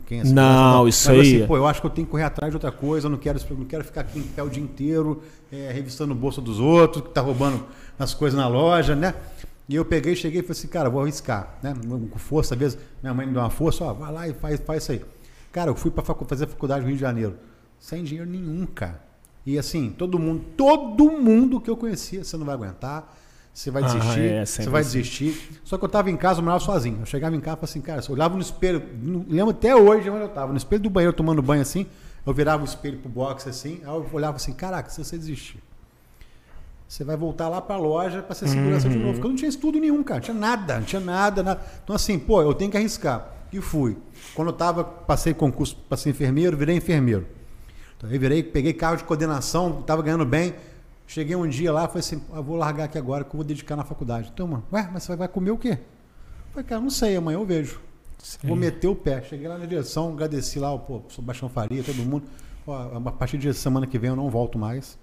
quem é Não, mas, isso mas, aí. Assim, pô, eu acho que eu tenho que correr atrás de outra coisa, eu não quero, eu não quero ficar aqui em pé o dia inteiro, é, revistando o bolso dos outros, que tá roubando as coisas na loja, né? E eu peguei, cheguei e falei assim, cara, vou arriscar, né? Com força, às vezes, minha mãe me deu uma força, ó, vai lá e faz, faz isso aí. Cara, eu fui para facu- fazer a faculdade no Rio de Janeiro, sem dinheiro nenhum, cara. E assim, todo mundo, todo mundo que eu conhecia, você não vai aguentar, você vai desistir, Ah, é, você vai assim. desistir. Só que eu tava em casa, eu morava sozinho. Eu chegava em casa e falava assim, cara, eu olhava no espelho, não lembro até hoje onde eu tava, no espelho do banheiro, tomando banho assim, eu virava o espelho pro box assim, aí eu olhava assim, caraca, se você desistir, você vai voltar lá pra loja pra ser segurança de novo. Porque eu não tinha estudo nenhum, cara, não tinha nada, não tinha nada, nada. Então assim, pô, eu tenho que arriscar. E fui. Quando eu tava, passei concurso pra ser enfermeiro, virei enfermeiro. Então eu virei, peguei carro de coordenação, tava ganhando bem. Cheguei um dia lá, falei assim, eu vou largar aqui agora que eu vou dedicar na faculdade. Então, mano, ué, mas você vai comer o quê? Eu falei, cara, não sei, amanhã eu vejo. Sim. Vou meter o pé. Cheguei lá na direção, agradeci lá, pô, sou Baixão Faria, todo mundo. Ó, a partir de semana que vem eu não volto mais.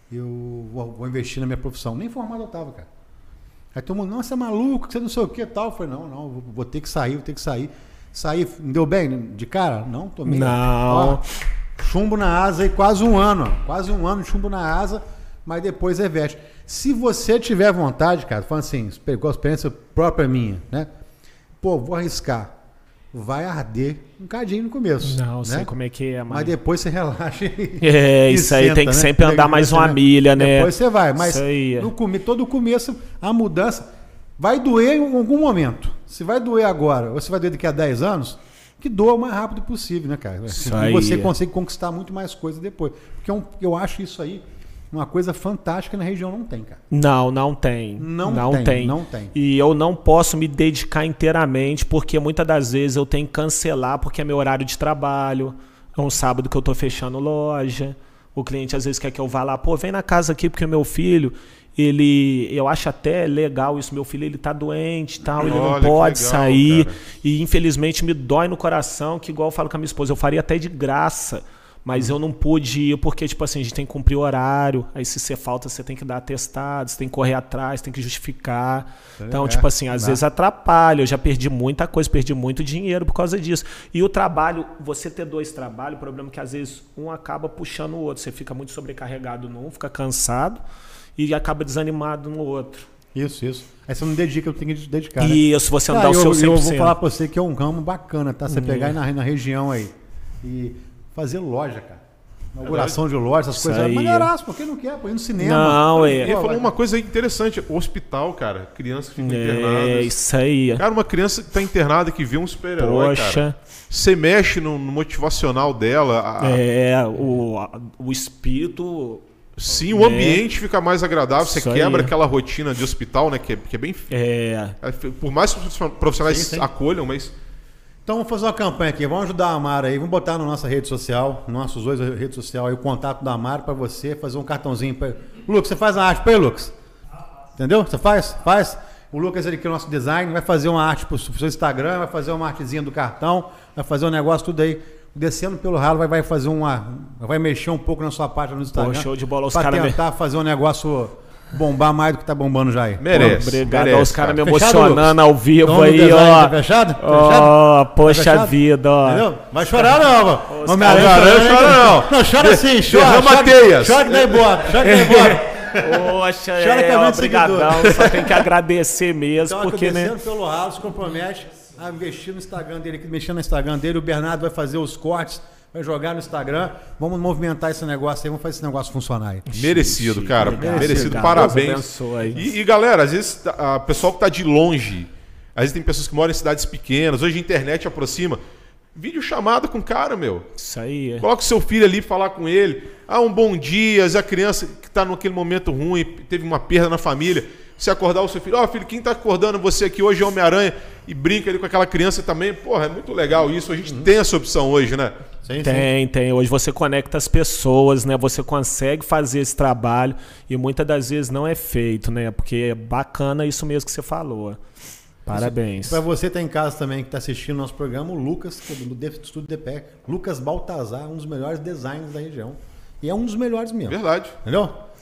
Eu vou, vou investir na minha profissão. Nem formado eu tava, cara. Aí todo mundo, não, você é maluco, você não sei o que e tal. Eu falei, não, não, vou, vou ter que sair, vou ter que sair. Saí, me deu bem de cara? Não, tomei. Não. Ó, chumbo na asa aí, quase um ano, ó, quase um ano de chumbo na asa, mas depois reveste. Se você tiver vontade, cara, falando assim, pegou a experiência própria minha, né? Pô, vou arriscar. Vai arder um cadinho no começo. Não, né? sei como é que é, mano. Mas depois você relaxa e, É, e isso aí senta, tem que né? sempre andar mais uma milha, né? Depois você vai, mas Isso aí. no come, todo começo, a mudança vai doer em algum momento. Se vai doer agora, ou se vai doer daqui a dez anos, que doa o mais rápido possível, né, cara? Isso e aí. você consegue conquistar muito mais coisa depois. Porque eu, eu acho isso aí uma coisa fantástica na região não tem, cara. Não, não tem. Não, não tem, tem. não tem. E eu não posso me dedicar inteiramente, porque muitas das vezes eu tenho que cancelar, porque é meu horário de trabalho. É um sábado que eu tô fechando loja. O cliente às vezes quer que eu vá lá, pô, vem na casa aqui, porque meu filho, ele, eu acho até legal isso, meu filho, ele tá doente e tal, ele Olha, não que pode legal, sair. cara. E infelizmente me dói no coração, que igual eu falo com a minha esposa, eu faria até de graça. Mas eu não pude ir porque, tipo assim, a gente tem que cumprir o horário. Aí se você falta, você tem que dar atestado, você tem que correr atrás, tem que justificar. Então, é, tipo assim, às dá. vezes atrapalha. Eu já perdi muita coisa, perdi muito dinheiro por causa disso. E o trabalho, você ter dois trabalhos, o problema é que às vezes um acaba puxando o outro. Você fica muito sobrecarregado num, fica cansado e acaba desanimado no outro. Isso, isso. Aí você não dedica, eu tenho que dedicar, né? E se você não Cara, dá o eu, seu cem por eu cento. vou falar pra você que é um ramo bacana, tá? Você Hum. pegar aí na, na região aí e fazer loja, cara. Inauguração de loja, essas Isso coisas. aí. Maneiraço, por que não quer? Pô, ir no cinema. Não, é. Ele Pô, falou vai- uma coisa interessante, hospital, cara, crianças que ficam É, internadas. isso aí. Cara, uma criança que tá internada que vê um super-herói, cara. Poxa. Você mexe no, no motivacional dela. a- É, o, a- o espírito. Sim, o ambiente fica mais agradável. Você Isso quebra aí. aquela rotina de hospital, né? Que é, que é bem. É. Por mais que os profissionais Sim, sim. acolham, mas. Então vamos fazer uma campanha aqui. Vamos ajudar a Amara aí. Vamos botar na nossa rede social, nossos dois redes sociais aí, o contato da Amara pra você fazer um cartãozinho pra. Lucas, você faz a arte pra ele, Lucas? Entendeu? Você faz? Faz. O Lucas, ele que é o nosso design, vai fazer uma arte pro seu Instagram, vai fazer uma artezinha do cartão, vai fazer um negócio tudo aí. Descendo pelo ralo, vai, vai fazer uma. Vai mexer um pouco na sua página no Instagram. Pô, show de bola, os pra cara tentar fazer um negócio bombar mais do que tá bombando já aí. Merece. Obrigado merece, aos caras me cara. Fechado, emocionando ao vivo Então, no aí, design, ó. tá fechado? Tá Ó, fechado? poxa Tá fechado? vida, ó. Entendeu? Vai chorar não, mano. Os Homem-Aranha caras- chorando, Não chora não. Não, chora sim, chora. Derrama chora, teias. Chora que dá embora, chora que dá embora. Poxa, Chora que é, é muito obrigadão. Só tem que agradecer mesmo, Então, porque, né? descendo pelo ralo, se compromete a investir no Instagram dele, mexendo no Instagram dele. O Bernardo vai fazer os cortes, vai jogar no Instagram. Vamos movimentar esse negócio aí, vamos fazer esse negócio funcionar aí. Merecido, cara. Obrigado. Merecido. Obrigado. Parabéns. Deus abençoe. E, e, galera, às vezes a pessoal que tá de longe, às vezes tem pessoas que moram em cidades pequenas, hoje a internet aproxima. Vídeo chamada com o cara, meu. Isso aí. é. Coloca o seu filho ali, falar com ele. Ah, um bom dia. Às vezes a criança que está naquele momento ruim, teve uma perda na família. Você acordar o seu filho. Ó, filho, quem está acordando você aqui hoje é Homem-Aranha. E brinca ali com aquela criança também. Porra, é muito legal isso. A gente tem essa opção hoje, né? Sim, Tem, tem. Hoje você conecta as pessoas, né? Você consegue fazer esse trabalho e muitas das vezes não é feito, né? Porque é bacana isso mesmo que você falou. Parabéns. Para você que tá em casa também, que está assistindo nosso programa, o Lucas, que é do Estúdio D P E C, Lucas Baltazar, um dos melhores designers da região. E é um dos melhores mesmo. Verdade. Entendeu?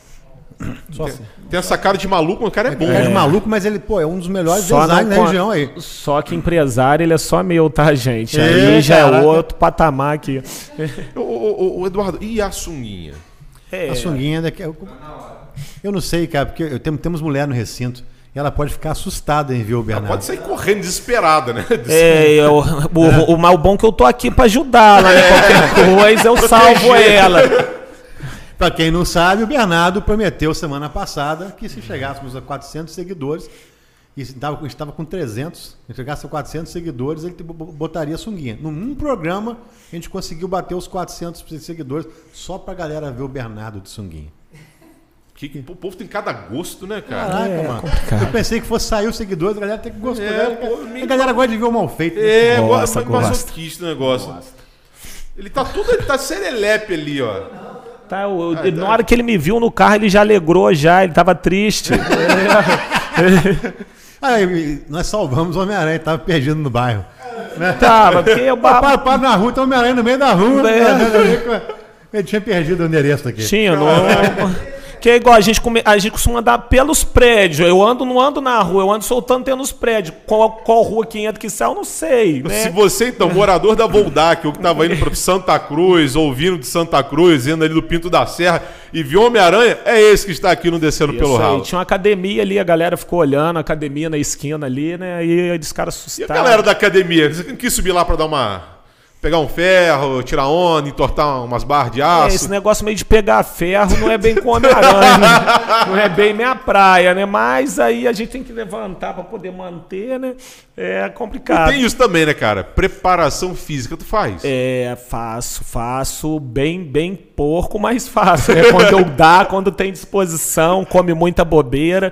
Só Tem, tem essa cara de maluco, mas o cara é bom. É de maluco, mas ele, pô, é um dos melhores Só designers não da con- região aí. Só que empresário, ele é só meu, tá, gente? É, Aí já caraca. é outro patamar aqui. Ô, ô, ô, ô, Eduardo, e a sunguinha? É, A sunguinha daqui. Eu, eu não sei, cara, porque eu tenho, temos mulher no recinto e ela pode ficar assustada em ver o Ela Bernardo. pode sair correndo desesperada, né? é, eu, o, o mal bom é que eu tô aqui pra ajudar lá. Em qualquer coisa, eu salvo ela. Pra quem não sabe, o Bernardo prometeu semana passada que se chegássemos a quatrocentos seguidores, e se tava- a gente estava com trezentos, se chegasse a quatrocentos seguidores, ele bo- botaria a sunguinha. Num programa, a gente conseguiu bater os quatrocentos seguidores só pra galera ver o Bernardo de sunguinha. Que, que- o povo tem cada gosto, né, cara? Caraca, É mano. complicado. Eu pensei que fosse sair os seguidores, a galera tem que gostar. É, a, galera, pô, a galera gosta de ver o mal feito. É, Gosta, gosta, mas gosta. masoquista o negócio. Ele tá todo, ele tá serelepe ali, ó. Tá, eu- Ah, na tá. hora que ele me viu no carro, ele já alegrou já, ele tava triste. Aí, nós salvamos o Homem-Aranha, estava perdido no bairro. Tava, porque eu Para, para, para na rua, tem o Homem-Aranha no meio da rua. É. Ele tinha perdido o endereço aqui. tinha, não. Que é igual, a gente, come, a gente costuma andar pelos prédios. Eu ando, não ando na rua, eu ando soltando dentro dos prédios. Qual, qual rua que entra, que sai, eu não sei. Né? Se você, então, morador da Voldac, ou que tava indo pra Santa Cruz, ou vindo de Santa Cruz, indo ali do Pinto da Serra, e viu o Homem-Aranha, é esse que está aqui no Descendo Isso pelo aí, Ralo. tinha uma academia ali, a galera ficou olhando, a academia na esquina ali, né? E os caras E a assustaram. galera da academia? Você não quis subir lá pra dar uma... pegar um ferro, tirar onda, entortar umas barras de É, aço? esse negócio meio de pegar ferro não é bem com Homem-Aranha, né? Não é bem minha praia, né? Mas aí a gente tem que levantar pra poder manter, né? É complicado. Tem isso também, né, cara? Preparação física, tu faz? É, faço, faço bem, bem porco, mas faço, né? Quando eu dá, quando tem disposição, come muita bobeira.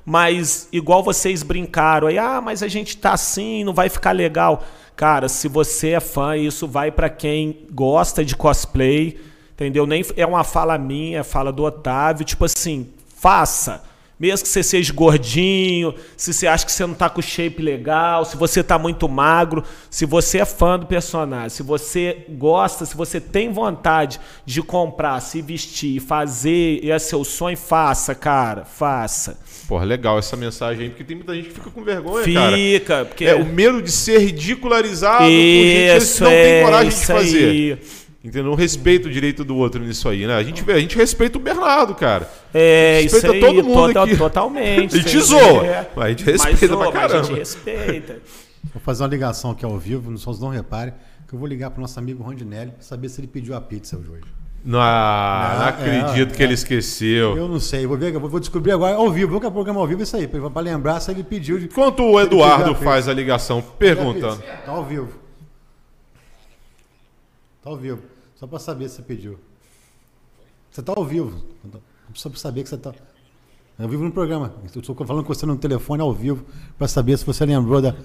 Mas igual vocês brincaram aí, ah, mas a gente tá assim, não vai ficar legal. Cara, se você é fã, isso vai pra quem gosta de cosplay, entendeu? Nem é uma fala minha, é fala do Otávio, tipo assim, faça. Mesmo que você seja gordinho, se você acha que você não tá com shape legal, se você tá muito magro, se você é fã do personagem, se você gosta, se você tem vontade de comprar, se vestir, fazer, e é seu sonho, faça, cara, faça. Porra, legal essa mensagem aí, porque tem muita gente que fica com vergonha, cara. Fica, porque... É o medo de ser ridicularizado por gente Isso, que não tem é, coragem de isso fazer. aí. Entendeu? Não respeita o direito do outro nisso aí, né? A gente, a gente respeita o Bernardo, cara. É, isso Respeita aí, todo mundo total- aqui. Totalmente. Ele te isso zoa, aí, é. mas a gente respeita zoa, pra mas a gente caramba. respeita. Vou fazer uma ligação aqui ao vivo, não só não reparem, que eu vou ligar pro nosso amigo Rondinelli pra saber se ele pediu a pizza hoje. Não, não Não, acredito é, que ele esqueceu. Eu não sei, vou ver, eu vou descobrir agora ao vivo, vou que é programa ao vivo isso aí, pra pra lembrar se ele pediu. De... Enquanto o Ele pediu Eduardo a faz a ligação perguntando. Tá ao vivo. Tá ao vivo. Só pra saber se você pediu. Você tá ao vivo. Só pra saber que você tá. Ao vivo no programa. Eu estou falando com você no telefone ao vivo pra saber se você lembrou da.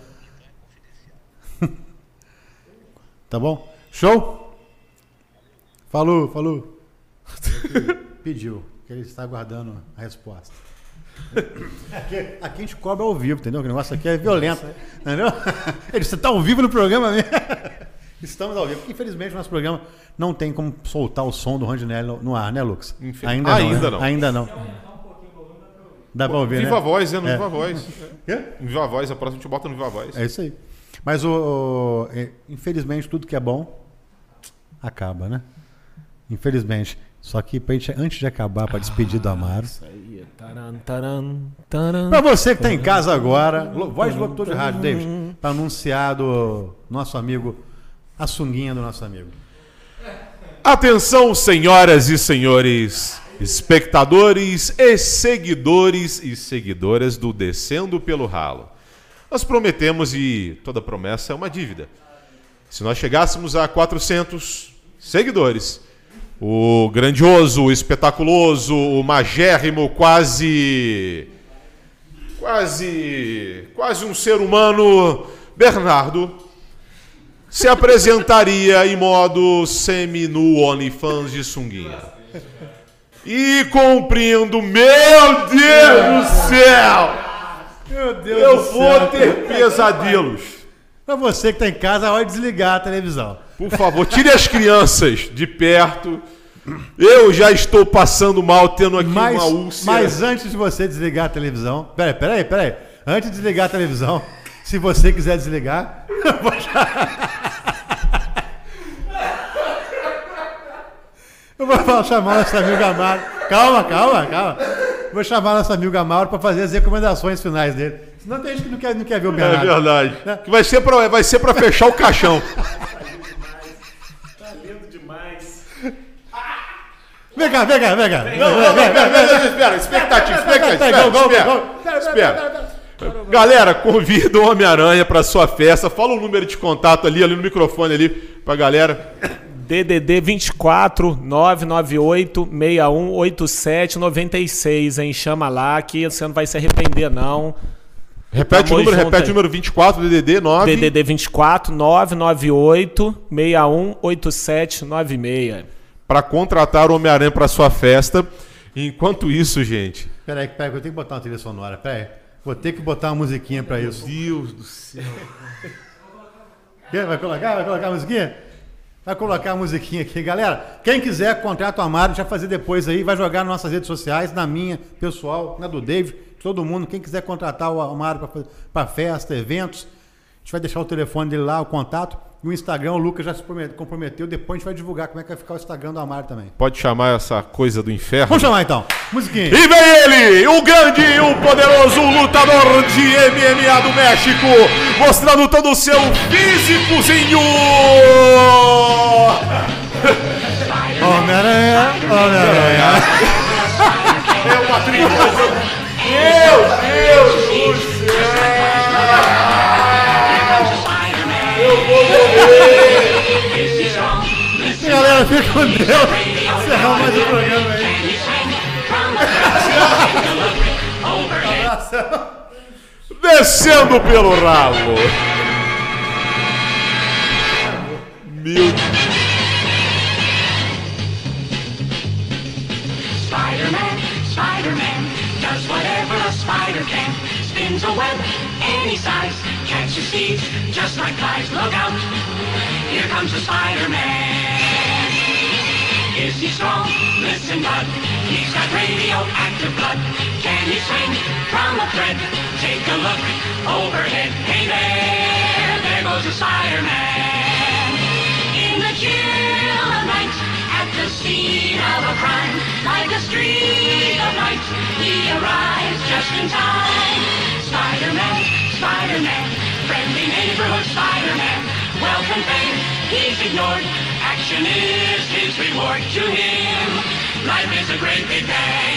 Tá bom? Show? Falou, falou. Pediu, que ele está aguardando a resposta. Aqui, aqui a gente cobra ao vivo, entendeu? O negócio aqui é violento, entendeu? Ele, você está ao vivo no programa mesmo? Estamos ao vivo. Porque, infelizmente, o nosso programa não tem como soltar o som do Rondinelli no, no ar, né, Lucas? Infel- Ainda, não, Ainda né? não. Ainda não. Dá pra ouvir, Viva né? a voz, é no É. Viva a Voz. Quê? Viva a Voz, a próxima a gente bota no Viva a Voz. É isso aí. Mas, o, o- é, infelizmente, tudo que é bom acaba, né? Infelizmente. Só que pra gente, antes de acabar, para despedir do Amaro. Isso aí, taran, taran, taran. Pra você que tá em casa agora, lo- voz do locutor de rádio, David, para anunciar do nosso amigo, a sunguinha do nosso amigo. Atenção, senhoras e senhores, espectadores e seguidores e seguidoras do Descendo pelo Ralo. Nós prometemos, e toda promessa é uma dívida. Se nós chegássemos a quatrocentos seguidores, o grandioso, o espetaculoso, o magérrimo, quase... Quase... Quase um ser humano, Bernardo, se apresentaria em modo semi-nu OnlyFans de sunguinha. E cumprindo, meu Deus do céu! Meu Deus Eu vou ter pesadelos. Pra você que tá em casa, é hora de desligar a televisão. Por favor, tire as crianças de perto. Eu já estou passando mal, tendo aqui Mas, uma úlcera. mas antes de você desligar a televisão... Peraí, peraí, peraí. Antes de desligar a televisão, se você quiser desligar... eu vou Eu vou chamar nosso amigo Amaro. Calma, calma, calma. Vou chamar nosso amigo Amaro para fazer as recomendações finais dele. Senão tem gente que não quer, não quer ver o Bernardo. É verdade. Né? Que vai ser para vai ser para fechar o caixão. Tá lindo demais. Vem cá, vem cá, vem cá. Não, não, não, espera, expectativa, expectativa, espera, espera. Galera, convida o Homem-Aranha para sua festa. Fala o número de contato ali, ali no microfone ali pra galera. D D D vinte e quatro, nove nove oito, seis um oito sete, nove seis, hein? Chama lá que você não vai se arrepender, não. Repete Tamo o número, junto repete aí. o número vinte e quatro, D D D nove. D D D vinte e quatro, nove nove oito, seis um oito sete, nove seis. Para contratar o Homem-Aranha para sua festa. Enquanto isso, gente. Peraí, peraí, eu tenho que botar uma trilha sonora. Peraí. Vou ter que botar uma musiquinha para isso. Meu Deus do céu. Vai colocar? Vai colocar a musiquinha? Vai colocar a musiquinha aqui. Galera, quem quiser, contrata o Amaro, já fazer depois aí, vai jogar nas nossas redes sociais, na minha, pessoal, na do David, todo mundo. Quem quiser contratar o Amaro para festa, eventos, a gente vai deixar o telefone dele lá, o contato. E o Instagram, o Lucas já se comprometeu. Depois a gente vai divulgar como é que vai ficar o Instagram do Amaro também. Pode chamar essa coisa do inferno? Vamos chamar então. Musiquinha. E vem ele, o grande e o poderoso lutador de M M A do México, mostrando todo o seu físicozinho. Homem-Aranha, Homem-Aranha. É uma trilha. Meu Deus do céu. Eu vou morrer. Galera, fica com Deus. Encerramos mais um programa aí. Abração. Descendo pelo ralo. Meu Deus. Spider-Man, Spider-Man, does whatever a spider can. Spins a web any size, catches thieves just like flies. Look out, here comes the Spider-Man. Is he strong? Listen, bud, he's got radioactive blood. Can he swing from a thread? Take a look overhead. Hey there, there goes the Spider-Man. In the chill of night, at the scene of a crime, like a streak of light, he arrives just in time. Spider-Man, Spider-Man, friendly neighborhood Spider-Man. Wealth and fame, he's ignored. Action is his reward to him. Life is a great big bang.